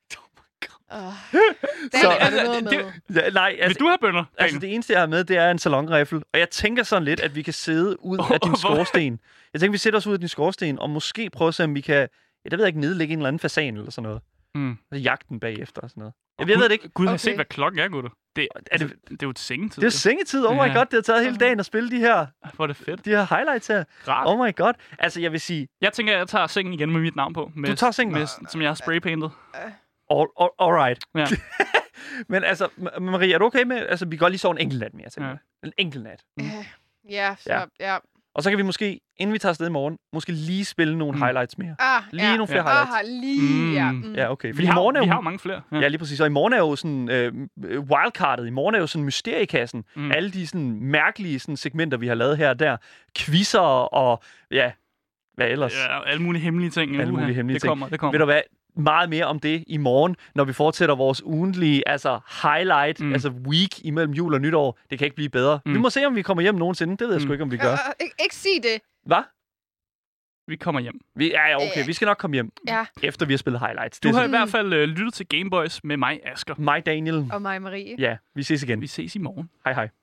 Er det noget med? Nej, altså, vil du have bønner? Altså, det eneste, jeg har med, det er en salonriffel. Og jeg tænker sådan lidt, at vi kan sidde ud af din skorsten. Jeg tænker, vi sætter os ud af din skorsten, og måske prøve at se, om vi kan, det ved jeg ikke, nedlægge en eller anden fasan eller sådan noget. Og jagten bagefter og sådan noget. Jeg ved det ikke. Gud, har set, hvad klokken er, gutter. Det er jo sengetid. Det er sengetid. Oh my god, det har taget hele dagen at spille de her. Hvor er det fedt. De her highlights her. Rart. Oh my god. Altså, jeg vil sige... Jeg tænker, jeg tager sengen igen med mit navn på. Du tager sengen? Som jeg har spraypaintet. All right. Ja. Men altså, Marie, er du okay med... Altså, vi kan godt lige sove en enkelt nat mere, tænker jeg. En enkelt nat. Ja. Og så kan vi måske, inden vi tager afsted i morgen, måske lige spille nogle highlights mere. Lige nogle flere highlights. Ja, okay. Vi har jo mange flere. Ja, lige præcis. Og i morgen er jo sådan wildcardet. I morgen er jo sådan mysteriekassen. Alle de sådan mærkelige sådan, segmenter, vi har lavet her og der. Quizzer og ja, hvad ellers? Ja, alle mulige hemmelige ting. Alle mulige hemmelige ting. Det kommer. Ved du hvad? Meget mere om det i morgen, når vi fortsætter vores ugentlige highlight, altså week imellem jul og nytår. Det kan ikke blive bedre. Vi må se, om vi kommer hjem nogensinde. Det ved jeg sgu ikke, om vi gør. Ikke sig det. Hvad? Vi kommer hjem. Okay. Vi skal nok komme hjem, efter vi har spillet highlights. Du har i hvert fald lyttet til Gameboys med mig, Asger. Mig, Daniel. Og mig, Marie. Ja, vi ses igen. Vi ses i morgen. Hej hej.